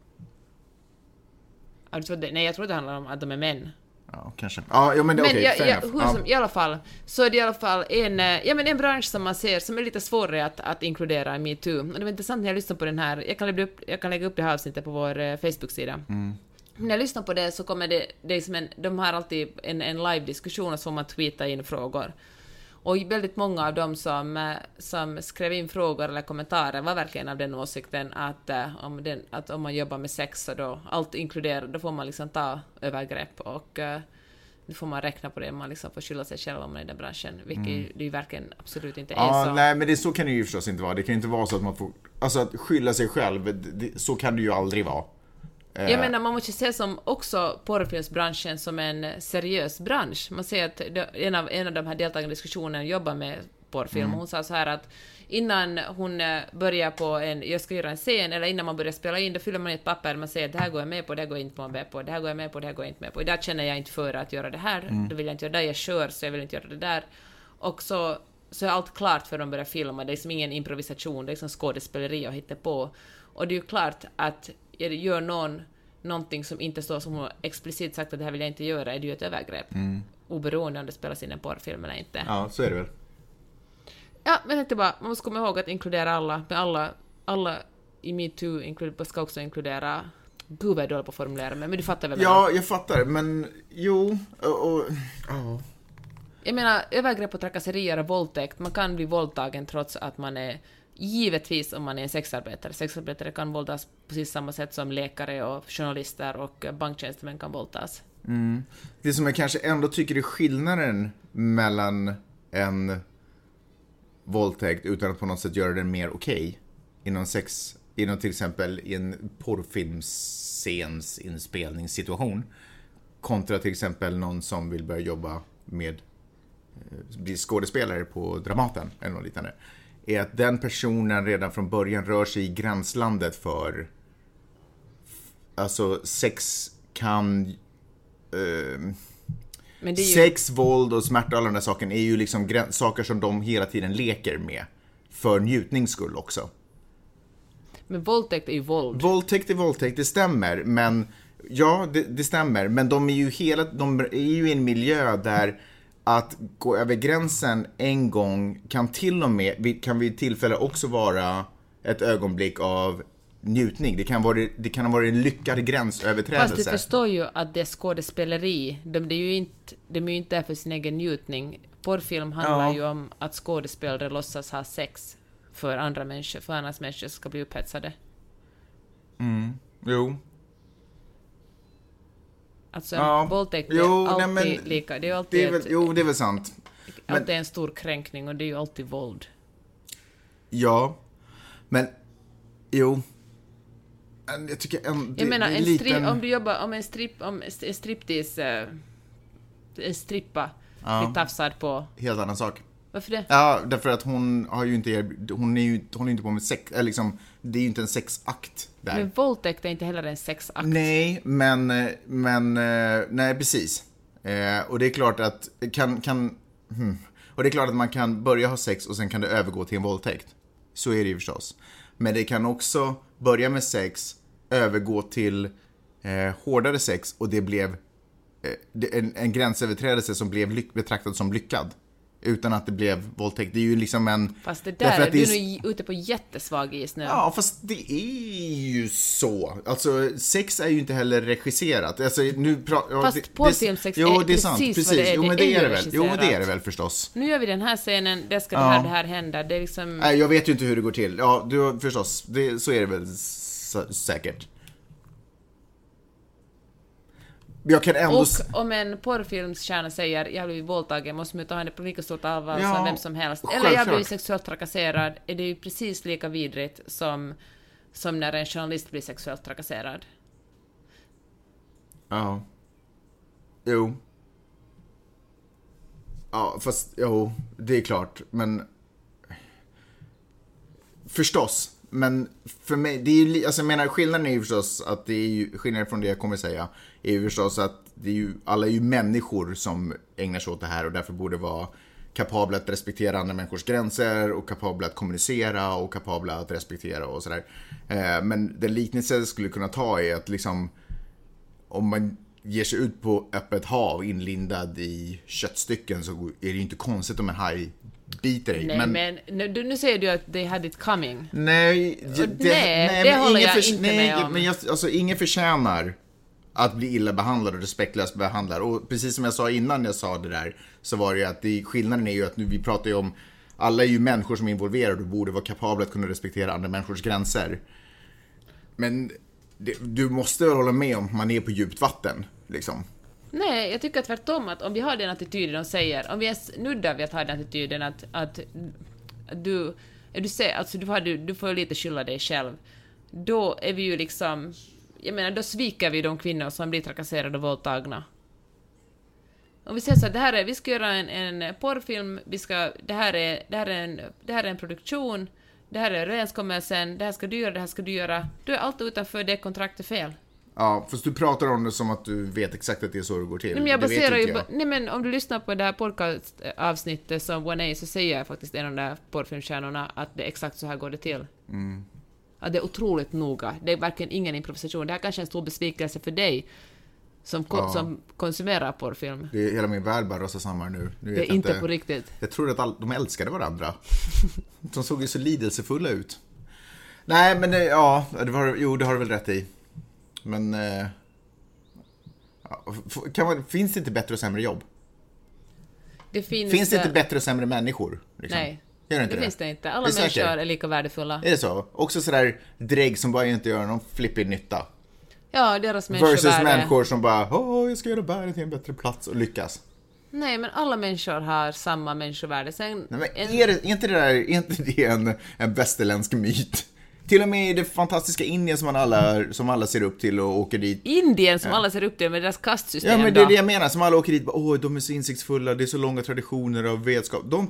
Nej, jag tror det handlar om att de är män. Ja, kanske. Ja, men det är okej. I alla fall, så är det i alla fall en bransch som man ser som är lite svårare att inkludera i MeToo. Och det var intressant när jag lyssnade på den här, jag kan lägga upp det här avsnittet på vår Facebook-sida. När jag lyssnar på det så kommer det som de har alltid en live-diskussion och så får man tweeta in frågor. Och väldigt många av dem som skrev in frågor eller kommentarer var verkligen av den åsikten att om man jobbar med sex så då allt inkluderat, då får man liksom ta övergrepp och då får man räkna på det, man liksom får skylla sig själv om man är i den branschen, vilket det ju verkligen absolut inte är så. Nej, men så kan det ju förstås inte vara. Det kan ju inte vara så att man får, alltså att skylla sig själv, så kan det ju aldrig vara. Jag menar, man måste se som också porrfilmsbranschen som en seriös bransch. Man ser att en av de här deltagarna i diskussionen jobbar med porrfilm. Hon sa så här att innan hon börjar jag ska göra en scen, eller innan man börjar spela in, då fyller man i ett papper och man säger att det här går jag med på, det här går jag inte med på, det här går jag med på, det här går jag inte med på. Idag känner jag inte för att göra det här, då vill jag inte göra det, jag kör så jag vill inte göra det där. Och så är allt klart för de börjar filma, det är som ingen improvisation, det är som skådespeleri och hitta på. Och det är ju klart att gör någonting som inte står som hon explicit sagt att det här vill jag inte göra, är det ju ett övergrepp. Oberoende om det spelas in en porrfilm eller inte. Ja, så är det väl. Ja, men inte bara, man måste komma ihåg att inkludera alla. Men alla i MeToo ska också inkludera... Gud vad jag är dålig på att formulera mig, men du fattar väl? Ja, jag fattar, men jo... Jag menar, övergrepp och trakasserier och våldtäkt, man kan bli våldtagen trots att man är... Givetvis om man är en sexarbetare. Sexarbetare kan våldas på precis samma sätt som läkare och journalister och banktjänstemän kan våldas. Det som jag kanske ändå tycker är skillnaden mellan en våldtäkt utan att på något sätt göra den mer okej inom till exempel i en porrfilmscens inspelningssituation kontra till exempel någon som vill börja jobba med bli skådespelare på Dramaten eller något liknande, är att den personen redan från början rör sig i gränslandet för alltså sex kan men det är ju... sex, våld och smärta och alla de där sakerna är ju liksom saker som de hela tiden leker med för njutnings skull också. Men våldtäkt är ju våld. Våldtäkt är våldtäkt, det stämmer, men ja, det stämmer, men de är ju i en miljö där att gå över gränsen en gång kan till och med vid tillfälle också vara ett ögonblick av njutning. Det kan ha varit en lyckad gränsöverträdelse. Fast du förstår ju att det är skådespeleri. De är ju inte där för sin egen njutning. Porrfilm handlar ju om att skådespelare låtsas ha sex för andra människor, för annars människor ska bli upphetsade. Jo. Alltså våldtäkt är alltid lika. Det är alltid det är väl sant. Men det är en stor kränkning och det är ju alltid våld. Ja. Men Jag tycker jag menar, om du jobbar om en striptease en strippa blir tafsad på. Helt annan sak. Varför det? Ja, därför att hon är ju inte på med sex, eller liksom, det är ju inte en sexakt där. Men våldtäkt är inte heller en sexakt. Nej, men nej, precis. Och det är klart att och det är klart att man kan börja ha sex och sen kan det övergå till en våldtäkt. Så är det ju förstås. Men det kan också börja med sex, övergå till hårdare sex, och det blev en gränsöverträdelse som blev betraktad som lyckad. Utan att det blev våldtäkt. Det är ju liksom en... Fast det där är du nog ute på jättesvag is nu. Ja, fast det är ju så. Alltså, sex är ju inte heller regisserat. Alltså, fast porrfilmsex är precis vad det är. Jo, men det är det väl. Jo, det är det väl förstås. Nu gör vi den här scenen, där ska det här hända. Det är liksom... Nej, jag vet ju inte hur det går till. Ja, du förstås. Så är det väl säkert. Jag kan ändå... Och om en porrfilmstjärna säger jag har blivit våldtagen, måste man ta henne på lika stort allvar som vem som helst. Eller jag blir sexuellt trakasserad, är det ju precis lika vidrigt som när en journalist blir sexuellt trakasserad. Ja. Jo. Ja, fast det är klart, men förstås. Men för mig, det är ju, alltså jag menar, skillnaden är ju förstås att det är ju, skillnaden från det jag kommer säga är ju förstås att det är ju, alla är ju människor som ägnar sig åt det här och därför borde vara kapabla att respektera andra människors gränser och kapabla att kommunicera och kapabla att respektera och sådär. Men den liknelse jag skulle kunna ta är att liksom, om man ger sig ut på öppet hav inlindad i köttstycken, så är det ju inte konstigt om en haj biter dig. Nej, men nu säger du att they had it coming. Nej, det håller jag inte med om. Men alltså, ingen förtjänar att bli illa behandlad och respektlöst behandlad. Och precis som jag sa innan jag sa det där, så var det ju att skillnaden är ju att nu vi pratar ju om, alla är ju människor som är involverade och borde vara kapabla att kunna respektera andra människors gränser. Men du måste väl hålla med om man är på djupt vatten, liksom. Nej, jag tycker tvärtom, att om vi har den attityden de säger, om vi är nuddar vid att ha den attityden att du ser, alltså du får lite skylla dig själv, då är vi ju liksom, jag menar, då sviker vi de kvinnor som blir trakasserade och våldtagna. Om vi säger så att vi ska göra en porrfilm, det här är en produktion, det här är överenskommelsen, det här ska du göra, då är allt utanför det kontraktet fel. Ja, fast du pratar om det som att du vet exakt att det är så det går till. Nej, men jag baserar ju nej, men om du lyssnar på det här podcast-avsnittet som One A, så säger jag faktiskt en av de där porrfilmstjärnorna att det är exakt så här går det till. Mm. Ja, det är otroligt noga. Det är verkligen ingen improvisation. Det här kanske är en stor besvikelse för dig som konsumerar porrfilm. Det är hela min värld bara röstar samman nu. Det är inte på riktigt. Jag tror att de älskade varandra. De såg ju så lidelsefulla ut. Nej, men det har du väl rätt i. Men finns det inte bättre och sämre jobb? Finns det inte bättre och sämre människor? Liksom? Nej, det finns det inte. Alla människor är lika värdefulla. Är det så? Också sådär drägg som bara inte gör någon flippig nytta. Ja, deras människovärde. Versus människor som bara, jag ska göra världen till en bättre plats och lyckas. Nej, men alla människor har samma människovärde. Sen är inte det en västerländsk myt? Till och med i det fantastiska Indien som alla ser upp till och åker dit. Indien som alla ser upp till med deras kastsystem. Ja, men det är det jag menar, som alla åker dit. De är så insiktsfulla, det är så långa traditioner av vetskap. De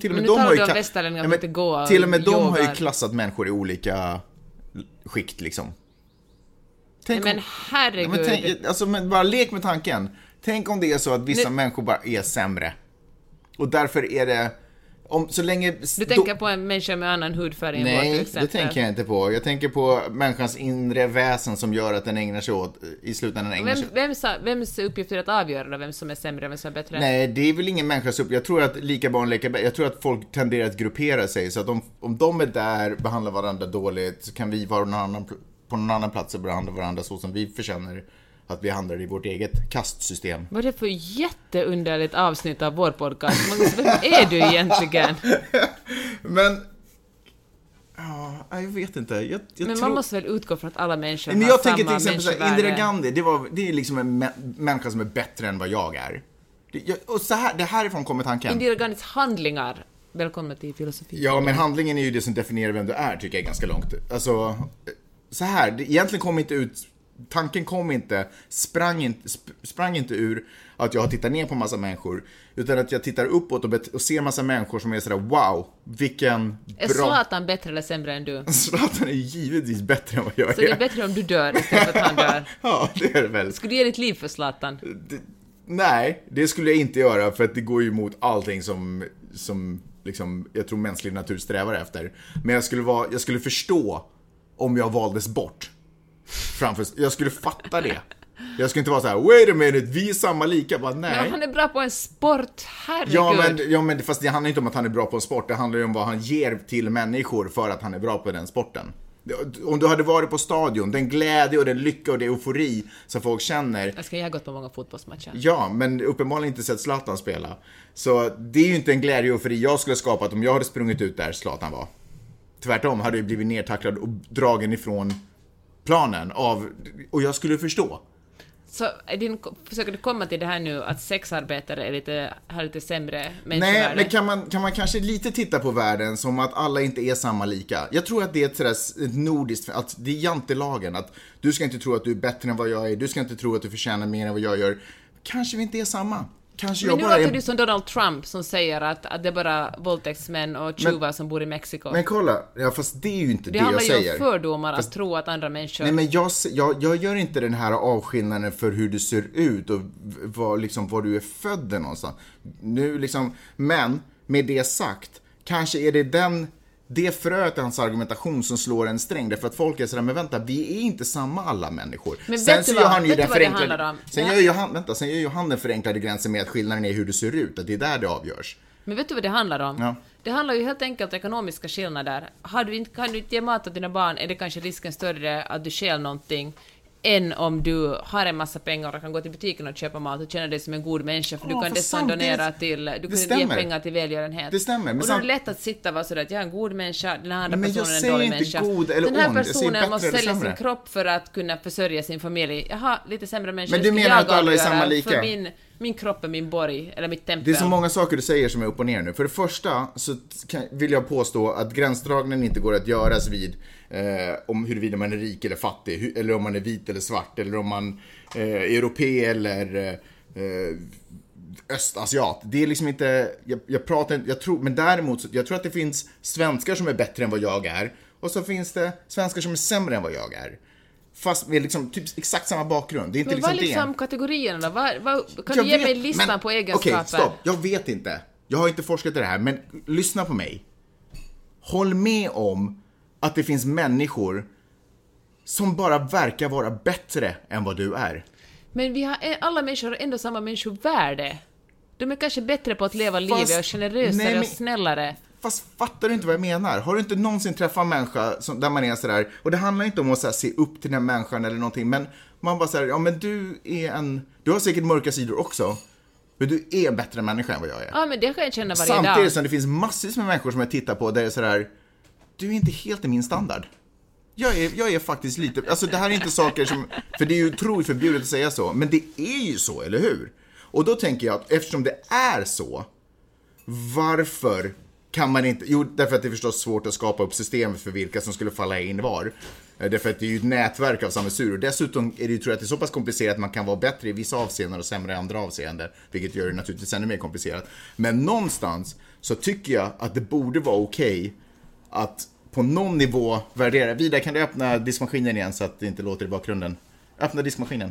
har ju klassat människor i olika skikt, liksom. Men herregud. Men bara lek med tanken. Tänk om det är så att vissa människor bara är sämre. Och därför är det... Så länge, du tänker på en människa med annan hudfärg? Nej, det tänker jag inte på. Jag tänker på människans inre väsen som gör att den ägnar sig åt i slutändan Vems uppgift är att avgöra vem som är sämre och vem som är bättre? Nej, det är väl ingen människas uppgift. Jag tror att lika barn leker bäst. Jag tror att folk tenderar att gruppera sig. Så att om de är där, behandlar varandra dåligt, så kan vi vara på någon annan plats och behandla varandra så som vi förtjänar att vi handlar i vårt eget kastsystem. Vad är det för jätteunderligt avsnitt av vår podcast? Vem är du egentligen? Men... jag vet inte. Men man måste väl utgå från att alla människor har jag samma människovärde. Jag tänker till exempel Indira Gandhi, det är liksom en människa som är bättre än vad jag är. Och det härifrån kommer tanken. Indira Gandhis handlingar. Välkommen till filosofi. Ja, men handlingen är ju det som definierar vem du är, tycker jag är ganska långt. Alltså... så här, egentligen kom inte ut, tanken kom inte, sprang inte ur att jag har tittat ner på massa människor, utan att jag tittar uppåt och ser massa människor som är sådär, wow, vilken bra... Är Zlatan bättre eller sämre än du? Zlatan är givetvis bättre än vad jag är. Så det är bättre om du dör istället för att han dör? Ja, det är det väl. Skulle du ge ditt liv för Zlatan? Nej, det skulle jag inte göra, för att det går ju emot allting som liksom, jag tror mänsklig natur strävar efter. Men jag skulle förstå om jag valdes bort. Jag skulle fatta det. Jag skulle inte vara så här: wait a minute, vi är samma lika. Bara, nej. Men han är bra på en sport, herregud. Ja, men fast det handlar inte om att han är bra på en sport. Det handlar ju om vad han ger till människor för att han är bra på den sporten. Om du hade varit på stadion, den glädje och den lycka och den eufori som folk känner. Jag har gått på många fotbollsmatcher. Ja, men uppenbarligen inte sett Zlatan spela. Så det är ju inte en glädje och eufori jag skulle skapat om jag hade sprungit ut där Zlatan var. Tvärtom hade jag blivit nedtacklad och dragen ifrån planen och jag skulle förstå. Så försöker du komma till det här nu att sexarbetare har lite sämre människovärde? Nej, men kan man kanske lite titta på världen som att alla inte är samma lika. Jag tror att det är ett nordiskt, att det är jantelagen, att du ska inte tro att du är bättre än vad jag är, du ska inte tro att du förtjänar mer än vad jag gör. Kanske vi inte är samma. Men nu låter du som Donald Trump som säger att det är bara våldtäktsmän och tjuvar som bor i Mexiko. Men kolla, fast det är ju inte det jag säger. Det handlar ju om fördomar att tro att andra människor... Nej, men jag gör inte den här avskillnaden för hur du ser ut och var du är född någonstans. Nu liksom, men med det sagt, kanske är det fröet i hans argumentation som slår en sträng, därför att folk är sådär, men vänta, vi är inte samma alla människor. Men sen så gör han ju den förenklade... Sen gör ju han den förenklade gränsen med att skillnaden är hur du ser ut, att det är där det avgörs. Men vet du vad det handlar om? Ja. Det handlar ju helt enkelt om ekonomiska skillnader. Kan du inte ge mat åt dina barn, är det kanske risken större att du stjäl någonting än om du har en massa pengar och kan gå till butiken och köpa mat och känna dig som en god människa, för du kan dessutom donera du kan ge pengar till välgörenhet. Det stämmer. Men och då är det lätt att sitta och vara sådär att jag är en god människa, den här andra personen är en dålig människa. Den här personen måste sälja sin kropp för att kunna försörja sin familj. Jaha, lite sämre människa. Men du menar att alla är samma lika? För min kropp är min borg, eller mitt tempel. Det är så många saker du säger som är upp och ner nu. För det första så vill jag påstå att gränsdragningen inte går att göras vid om huruvida man är rik eller fattig, eller om man är vit eller svart, eller om man är europé eller östasiat. Det är liksom inte, men däremot jag tror att det finns svenskar som är bättre än vad jag är, och så finns det svenskar som är sämre än vad jag är. Fast med liksom typ exakt samma bakgrund. Det är inte men liksom vad är liksom kategorierna då? Kan du ge mig listan på egenskaper? Okej, stopp. Jag vet inte. Jag har inte forskat i det här, men lyssna på mig. Håll med om att det finns människor som bara verkar vara bättre än vad du är. Men alla människor har ändå samma människovärde. De är kanske bättre på att leva livet och generösare och snällare. Fast fattar du inte vad jag menar? Har du inte någonsin träffat en människa där man är sådär, och det handlar inte om att så se upp till den människan eller någonting, men man bara säger, ja men du har säkert mörka sidor också, men du är en bättre människa än vad jag är. Ja, men det kan jag känna varje dag. Samtidigt som det finns massvis med människor som jag tittar på där det är sådär, du är inte helt i min standard. Jag är faktiskt lite, alltså det här är inte saker som, för det är ju otroligt förbjudet att säga så, men det är ju så, eller hur? Och då tänker jag att eftersom det är så, varför kan man inte, därför att det är förstås svårt att skapa upp systemet för vilka som skulle falla in var. Därför att det är ju ett nätverk av sammelsur. Och dessutom är det ju, tror jag, att det är så pass komplicerat att man kan vara bättre i vissa avseenden och sämre i andra avseenden. Vilket gör det naturligtvis ännu mer komplicerat. Men någonstans så tycker jag att det borde vara okej att på någon nivå värdera. Vidare, kan du öppna diskmaskinen igen så att det inte låter i bakgrunden? Öppna diskmaskinen.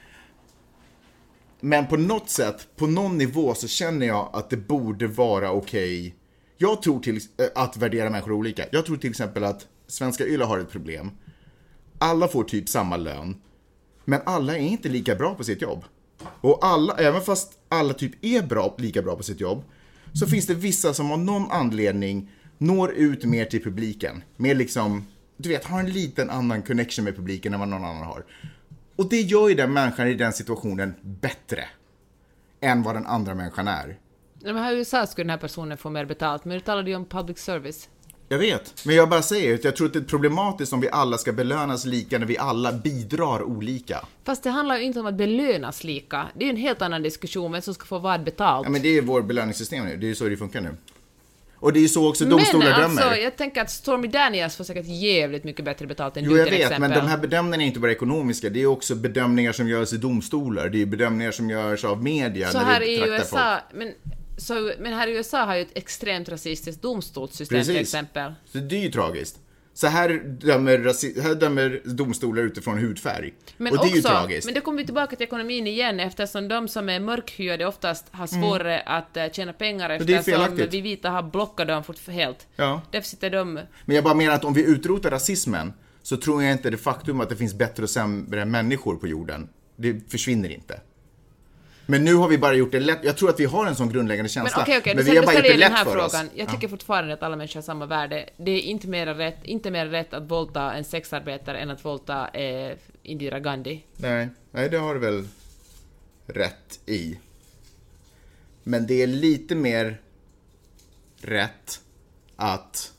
Men på något sätt, på någon nivå så känner jag att det borde vara okej. Jag tror till att värdera människor olika. Jag tror till exempel att Svenska Yle har ett problem. Alla får typ samma lön, men alla är inte lika bra på sitt jobb. Och även fast alla typ är lika bra på sitt jobb, så finns det vissa som av någon anledning når ut mer till publiken. Mer liksom, du vet, har en liten annan connection med publiken än vad någon annan har. Och det gör ju den människan i den situationen bättre än vad den andra människan är. Men här i USA skulle den här personen få mer betalt, men du talade ju om public service. Jag vet, men jag bara säger att jag tror att det är problematiskt om vi alla ska belönas lika när vi alla bidrar olika. Fast det handlar ju inte om att belönas lika. Det är ju en helt annan diskussion, vem som ska få vad betalt. Ja, men det är vår belöningssystem nu, det är ju så det funkar nu. Och det är ju så också domstolar dömer. Men alltså, jag tänker att Stormy Daniels får säkert jävligt mycket bättre betalt än Jo, du jag till vet, exempel. men de här bedömningarna är inte bara ekonomiska. Det är också bedömningar som görs i domstolar. Det är bedömningar som görs av media. Så när här vi i betraktar USA, men här i USA har ju ett extremt rasistiskt domstolssystem Precis. till exempel. Så det är ju tragiskt. Så här dömer domstolar utifrån hudfärg. Men och det är ju också, tragiskt. men det kommer vi tillbaka till ekonomin igen, eftersom de som är mörkhyade oftast har svårare att tjäna pengar, det är eftersom felaktigt. vi vita har blockat dem helt. Ja. Därför sitter de... Men jag bara menar att om vi utrotar rasismen så tror jag inte det faktum att det finns bättre och sämre människor på jorden, det försvinner inte. Men nu har vi bara gjort det lätt. Jag tror att vi har en sån grundläggande känsla. Men okej, men vi har bara gjort det lätt för oss. Jag tycker fortfarande att alla människor har samma värde. Det är inte mer rätt att våldta en sexarbetare än att våldta Indira Gandhi. Nej, det har du väl rätt i. Men det är lite mer rätt att...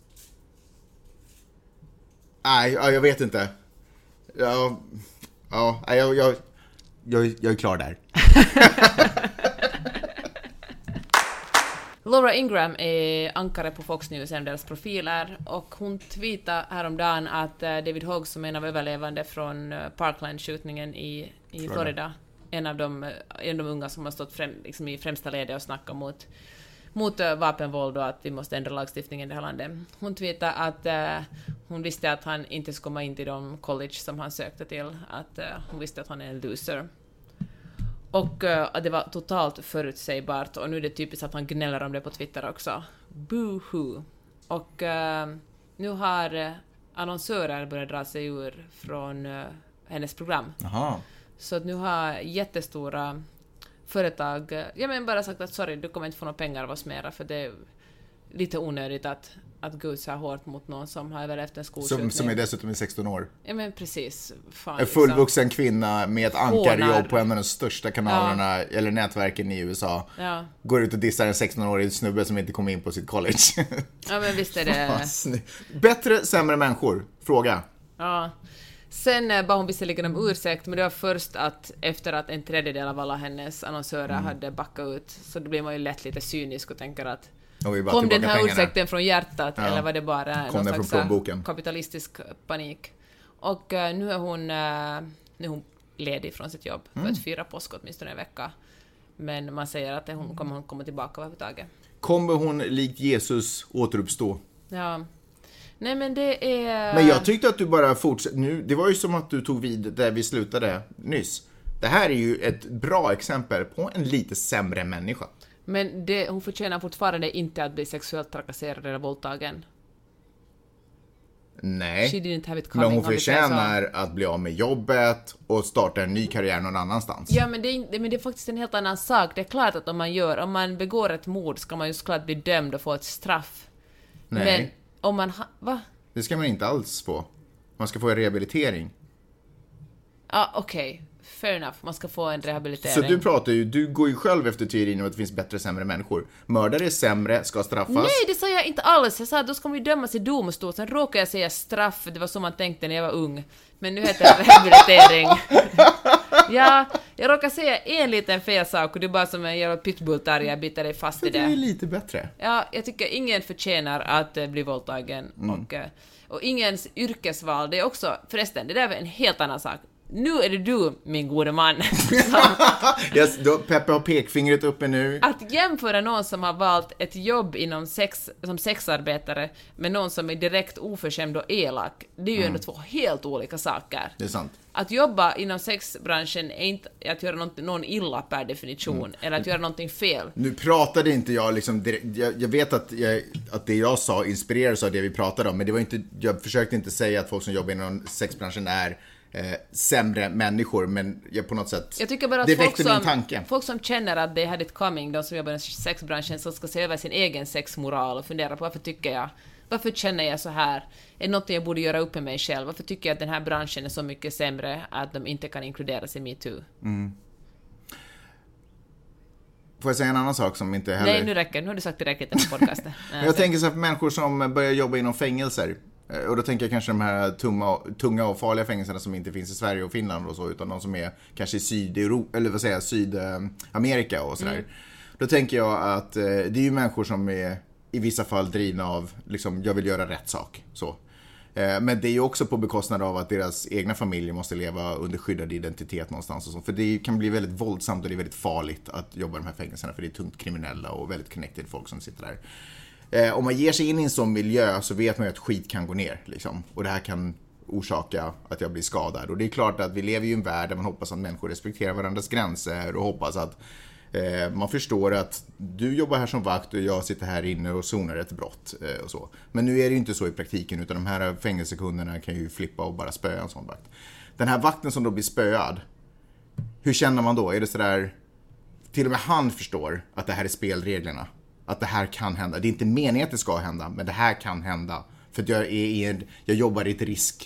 Nej, jag vet inte. Jag är klar där. Laura Ingraham är ankare på Fox News, en av deras profiler, och hon tweetade häromdagen att David Hogg, som är en av överlevande från Parkland-skjutningen i Florida, en av de unga som har stått liksom i främsta ledet och snackat mot vapenvåld och att vi måste ändra lagstiftningen i det här landet. Hon tweetade att hon visste att han inte skulle komma in till de college som han sökte till, att hon visste att han är en loser. Och att det var totalt förutsägbart, och nu är det typiskt att han gnäller om det på Twitter också. Boo-hoo. Och nu har annonsörer börjat dra sig ur från hennes program. Aha. Så att nu har jättestora företag bara sagt att sorry, du kommer inte få några pengar av oss mera, för det är lite onödigt att gå ut så här hårt mot någon som har överlevt en skolskjutning. Som är dessutom i 16 år. Ja, men precis. Fan, en fullvuxen kvinna med ett ankarjobb på en av de största kanalerna, eller nätverken i USA. Ja. Går ut och dissar en 16-årig snubbe som inte kom in på sitt college. Ja, men visst är det... Bättre, sämre människor? Fråga. Ja. Sen bad hon visserligen om ursäkt, men det var först efter att en tredjedel av alla hennes annonsörer hade backat ut. Så då blir man ju lätt lite cynisk och tänker att kom den här ursäkten från hjärtat, eller var det bara någon slags kapitalistisk panik? Och nu är hon ledig från sitt jobb för att fira påsk åtminstone en vecka. Men man säger att hon kommer komma tillbaka överhuvudtaget. Kommer hon likt Jesus återuppstå? Ja. Nej, men det är... Men jag tyckte att du bara fortsatte. Det var ju som att du tog vid där vi slutade nyss. Det här är ju ett bra exempel på en lite sämre människa. Men hon förtjänar fortfarande inte att bli sexuellt trakasserad eller våldtagen. Nej, men hon förtjänar att bli av med jobbet och starta en ny karriär någon annanstans. Ja, men det är faktiskt en helt annan sak. Det är klart att om man begår ett mord ska man ju såklart bli dömd och få ett straff. Nej. Men om man... Va? Det ska man inte alls få. Man ska få en rehabilitering. Ja, okej. Fair enough. Man ska få en rehabilitering. Så du går ju själv efter teorin om att det finns bättre och sämre människor. Mördare är sämre, ska straffas. Nej, det sa jag inte alls. Jag sa att då ska man ju dömas i domstol. Sen råkade jag säga straff. Det var så man tänkte när jag var ung. Men nu heter det rehabilitering. Ja, jag råkar säga en liten fel sak och det är bara som en jävla pitbullterrier, jag biter dig fast i det. Det är lite bättre. Ja, jag tycker ingen förtjänar att bli våldtagen. Och ingens yrkesval, det är också, förresten, det där var en helt annan sak. Nu är det du, min gode man. Yes, Peppe har pekfingret uppe nu. Att jämföra någon som har valt ett jobb inom som sexarbetare med någon som är direkt oförskämd och elak, det är ju ändå två helt olika saker. Det är sant. Att jobba inom sexbranschen är inte att göra någon illa per definition, eller att göra någonting fel. Nu pratade inte jag liksom jag vet att det jag sa inspirerades av det vi pratade om, men det var inte, jag försökte inte säga att folk som jobbar inom sexbranschen är sämre människor, men jag på något sätt, jag tycker bara att det väckte min tanke. Folk som känner att they had it coming, de som jobbar i sexbranschen, som ska se över sin egen sexmoral och fundera på varför känner jag så här? Är det något jag borde göra upp med mig själv? Varför tycker jag att den här branschen är så mycket sämre att de inte kan inkluderas i MeToo? Får jag säga en annan sak som inte heller... Nej, nu räcker. Nu har du sagt tillräckligt i den podcasten. Jag tänker så här, för människor som börjar jobba inom fängelser. Och då tänker jag kanske de här tunga och farliga fängelserna som inte finns i Sverige och Finland och så, utan de som är kanske i Sydamerika och sådär. Då tänker jag att det är ju människor som är i vissa fall drivna av liksom, jag vill göra rätt sak. Så. Men det är ju också på bekostnad av att deras egna familjer måste leva under skyddad identitet någonstans. Och så. För det kan bli väldigt våldsamt och det är väldigt farligt att jobba i de här fängelserna. För det är tungt kriminella och väldigt connected folk som sitter där. Om man ger sig in i en sån miljö så vet man ju att skit kan gå ner. Liksom. Och det här kan orsaka att jag blir skadad. Och det är klart att vi lever i en värld där man hoppas att människor respekterar varandras gränser. Och hoppas att man förstår att du jobbar här som vakt och jag sitter här inne och zonar ett brott och så. Men nu är det ju inte så i praktiken, utan de här fängelsekunderna kan ju flippa och bara spöa en sån vakt. Den här vakten som då blir spöad, hur känner man då? Är det sådär, till och med han förstår att det här är spelreglerna, att det här kan hända. Det är inte meningen att det ska hända, men det här kan hända. För att jag jobbar i ett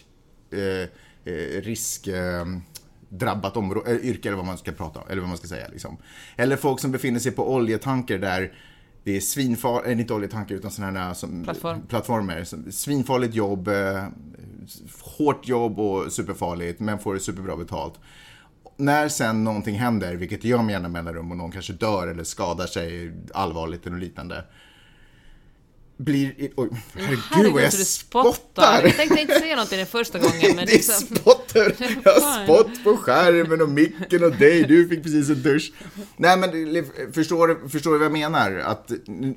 drabbat område, yrke eller vad man ska prata om, eller vad man ska säga liksom. Eller folk som befinner sig på oljetanker där det är svinfarligt, inte oljetanker utan sådana här som plattformer, svinfarligt jobb, hårt jobb och superfarligt, men får superbra betalt. När sen någonting händer, vilket gör med jämna mellanrum och någon kanske dör eller skadar sig allvarligt eller liknande, blir... Oj, herregud vad jag spottar! Jag tänkte inte säga någonting den första gången, men det liksom... spotter! Jag har spott på skärmen och micken och dig, du fick precis en dusch. Nej, men förstår du vad jag menar? Att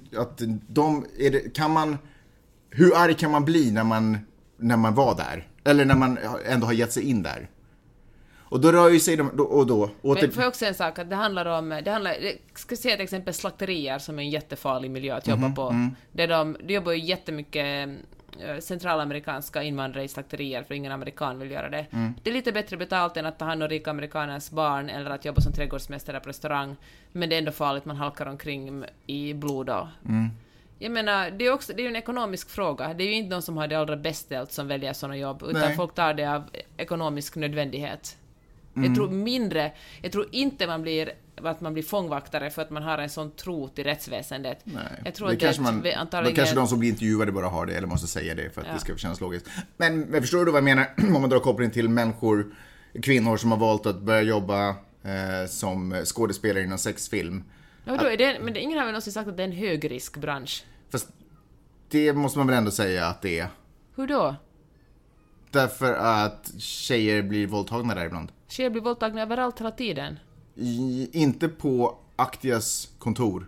hur arg kan man bli när man var där? Eller när man ändå har gett sig in där? Och då rör ju sig de... Men får jag också en sak, att det handlar jag ska säga till exempel slakterier som är en jättefarlig miljö att jobba på. De jobbar ju jättemycket centralamerikanska invandrare i slakterier, för ingen amerikan vill göra det. Det är lite bättre betalt än att ta hand om rika amerikaners barn eller att jobba som trädgårdsmästare på restaurang, men det är ändå farligt, man halkar omkring i blod då. Jag menar, det är ju en ekonomisk fråga. Det är ju inte någon som har det allra bäst ställt som väljer sådana jobb, utan folk tar det av ekonomisk nödvändighet. Jag tror inte att man blir fångvaktare för att man har en sån tro till rättsväsendet. Nej. Jag tror det att kanske de som blir intervjuade bara har det eller måste säga det för att det ska kännas logiskt. Men förstår du vad jag menar om man drar koppling till kvinnor som har valt att börja jobba som skådespelare inom sexfilm? Men ingen har väl någonsin sagt att det är en högriskbransch? Fast det måste man väl ändå säga att det är. Hur då? Därför att tjejer blir våldtagna där ibland. Tjejer blir våldtagna överallt hela tiden. Inte på Aktias kontor.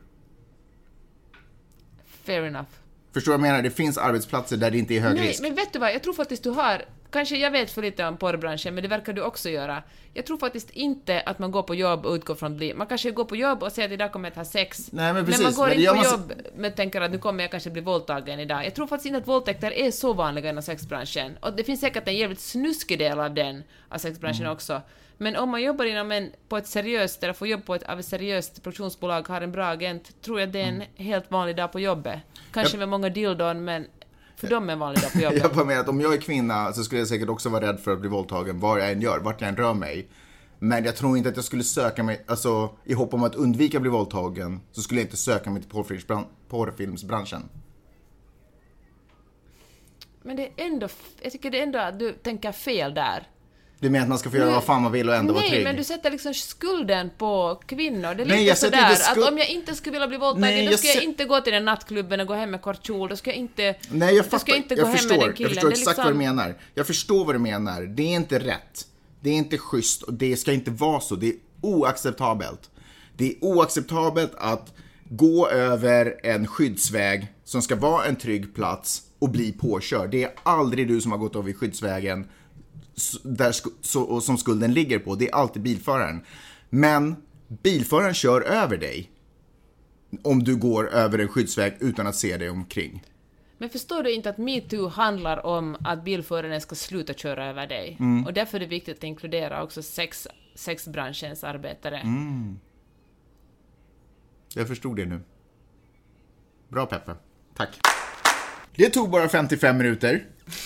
Fair enough. Förstår jag menar? Det finns arbetsplatser där det inte är hög risk. Men vet du vad? Jag tror faktiskt du har... Kanske jag vet för lite om porrbranschen, men det verkar du också göra. Jag tror faktiskt inte att man går på jobb och utgår från att bli... Man kanske går på jobb och säger att idag kommer jag att ha sex. Nej, men precis. Men man går inte på jobb med tänker att nu kommer jag kanske bli våldtagen idag. Jag tror faktiskt inte att våldtäkter är så vanliga inom sexbranschen. Och det finns säkert en jävligt snuskig del av den, av sexbranschen också. Men om man jobbar inom på ett seriöst, eller får jobb av ett seriöst produktionsbolag, har en bra agent, tror jag det är en helt vanlig dag på jobbet. Kanske med många dildon, men för dem är en vanlig dag på jobbet. Jag bara menar att om jag är kvinna så skulle jag säkert också vara rädd för att bli våldtagen vad jag än gör, vart jag än rör mig. Men jag tror inte att jag skulle söka mig, alltså i hopp om att undvika att bli våldtagen, så skulle jag inte söka mig till porrfilmsbranschen. Men det är ändå, jag tycker det är ändå att du tänker fel där. Du menar att man ska få göra vad fan man vill och ändå vara trygg? Nej, men du sätter liksom skulden på kvinnor. Det är lite sådär att om jag inte skulle vilja bli våldtagen, då ska jag inte gå till den nattklubben och gå hem med kort kjol. Då ska jag inte, jag förstår exakt vad du menar. Jag förstår vad du menar. Det är inte rätt. Det är inte schysst och det ska inte vara så. Det är oacceptabelt. Det är oacceptabelt att gå över en skyddsväg som ska vara en trygg plats och bli påkörd. Det är aldrig du som har gått över skyddsvägen som skulden ligger på. Det är alltid bilföraren. Men bilföraren kör över dig om du går över en skyddsväg utan att se dig omkring. Men förstår du inte att MeToo handlar om att bilföraren ska sluta köra över dig? Och därför är det viktigt att inkludera också sexbranschens arbetare. Jag förstod det nu. Bra, Peppe. Tack. Det tog bara 55 minuter.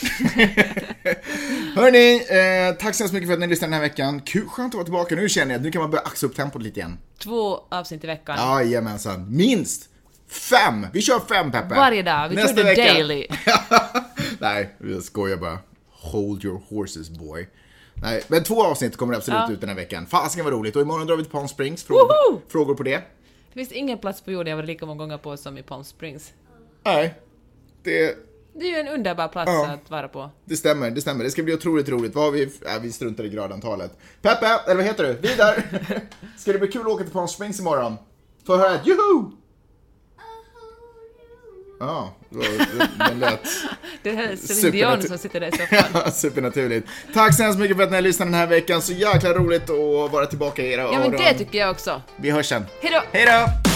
Hörrni, tack så mycket för att ni lyssnade den här veckan. Kul, skönt att vara tillbaka. Nu känner jag att nu kan man börja axa upp tempot lite igen. 2 avsnitt i veckan. Jajamensan, minst 5. Vi kör 5, Peppe. Varje dag, vi kör det daily. Nej, jag skojar bara. Hold your horses, boy. Nej, men 2 avsnitt kommer absolut ut den här veckan. Fasken var roligt. Och imorgon drar vi till Palm Springs. Frågor på det? Det finns ingen plats på jorden jag var lika många gånger på som i Palm Springs. Nej, det är ju en underbar plats att vara på. Det stämmer. Det ska bli otroligt roligt. Vad har vi? Vi struntar i gradantalet. Peppe, eller vad heter du? Vidar! Ska det bli kul att åka till Palm Springs imorgon? Få höra ett juhu! Ja, den lät... Det här är Celine Dion som sitter där i soffan. Ja, supernaturligt. Tack så hemskt mycket för att ni har lyssnat den här veckan. Så jäkla roligt att vara tillbaka i era öron. Ja, men det tycker jag också. Vi hörs sen. Hej då! Hej då!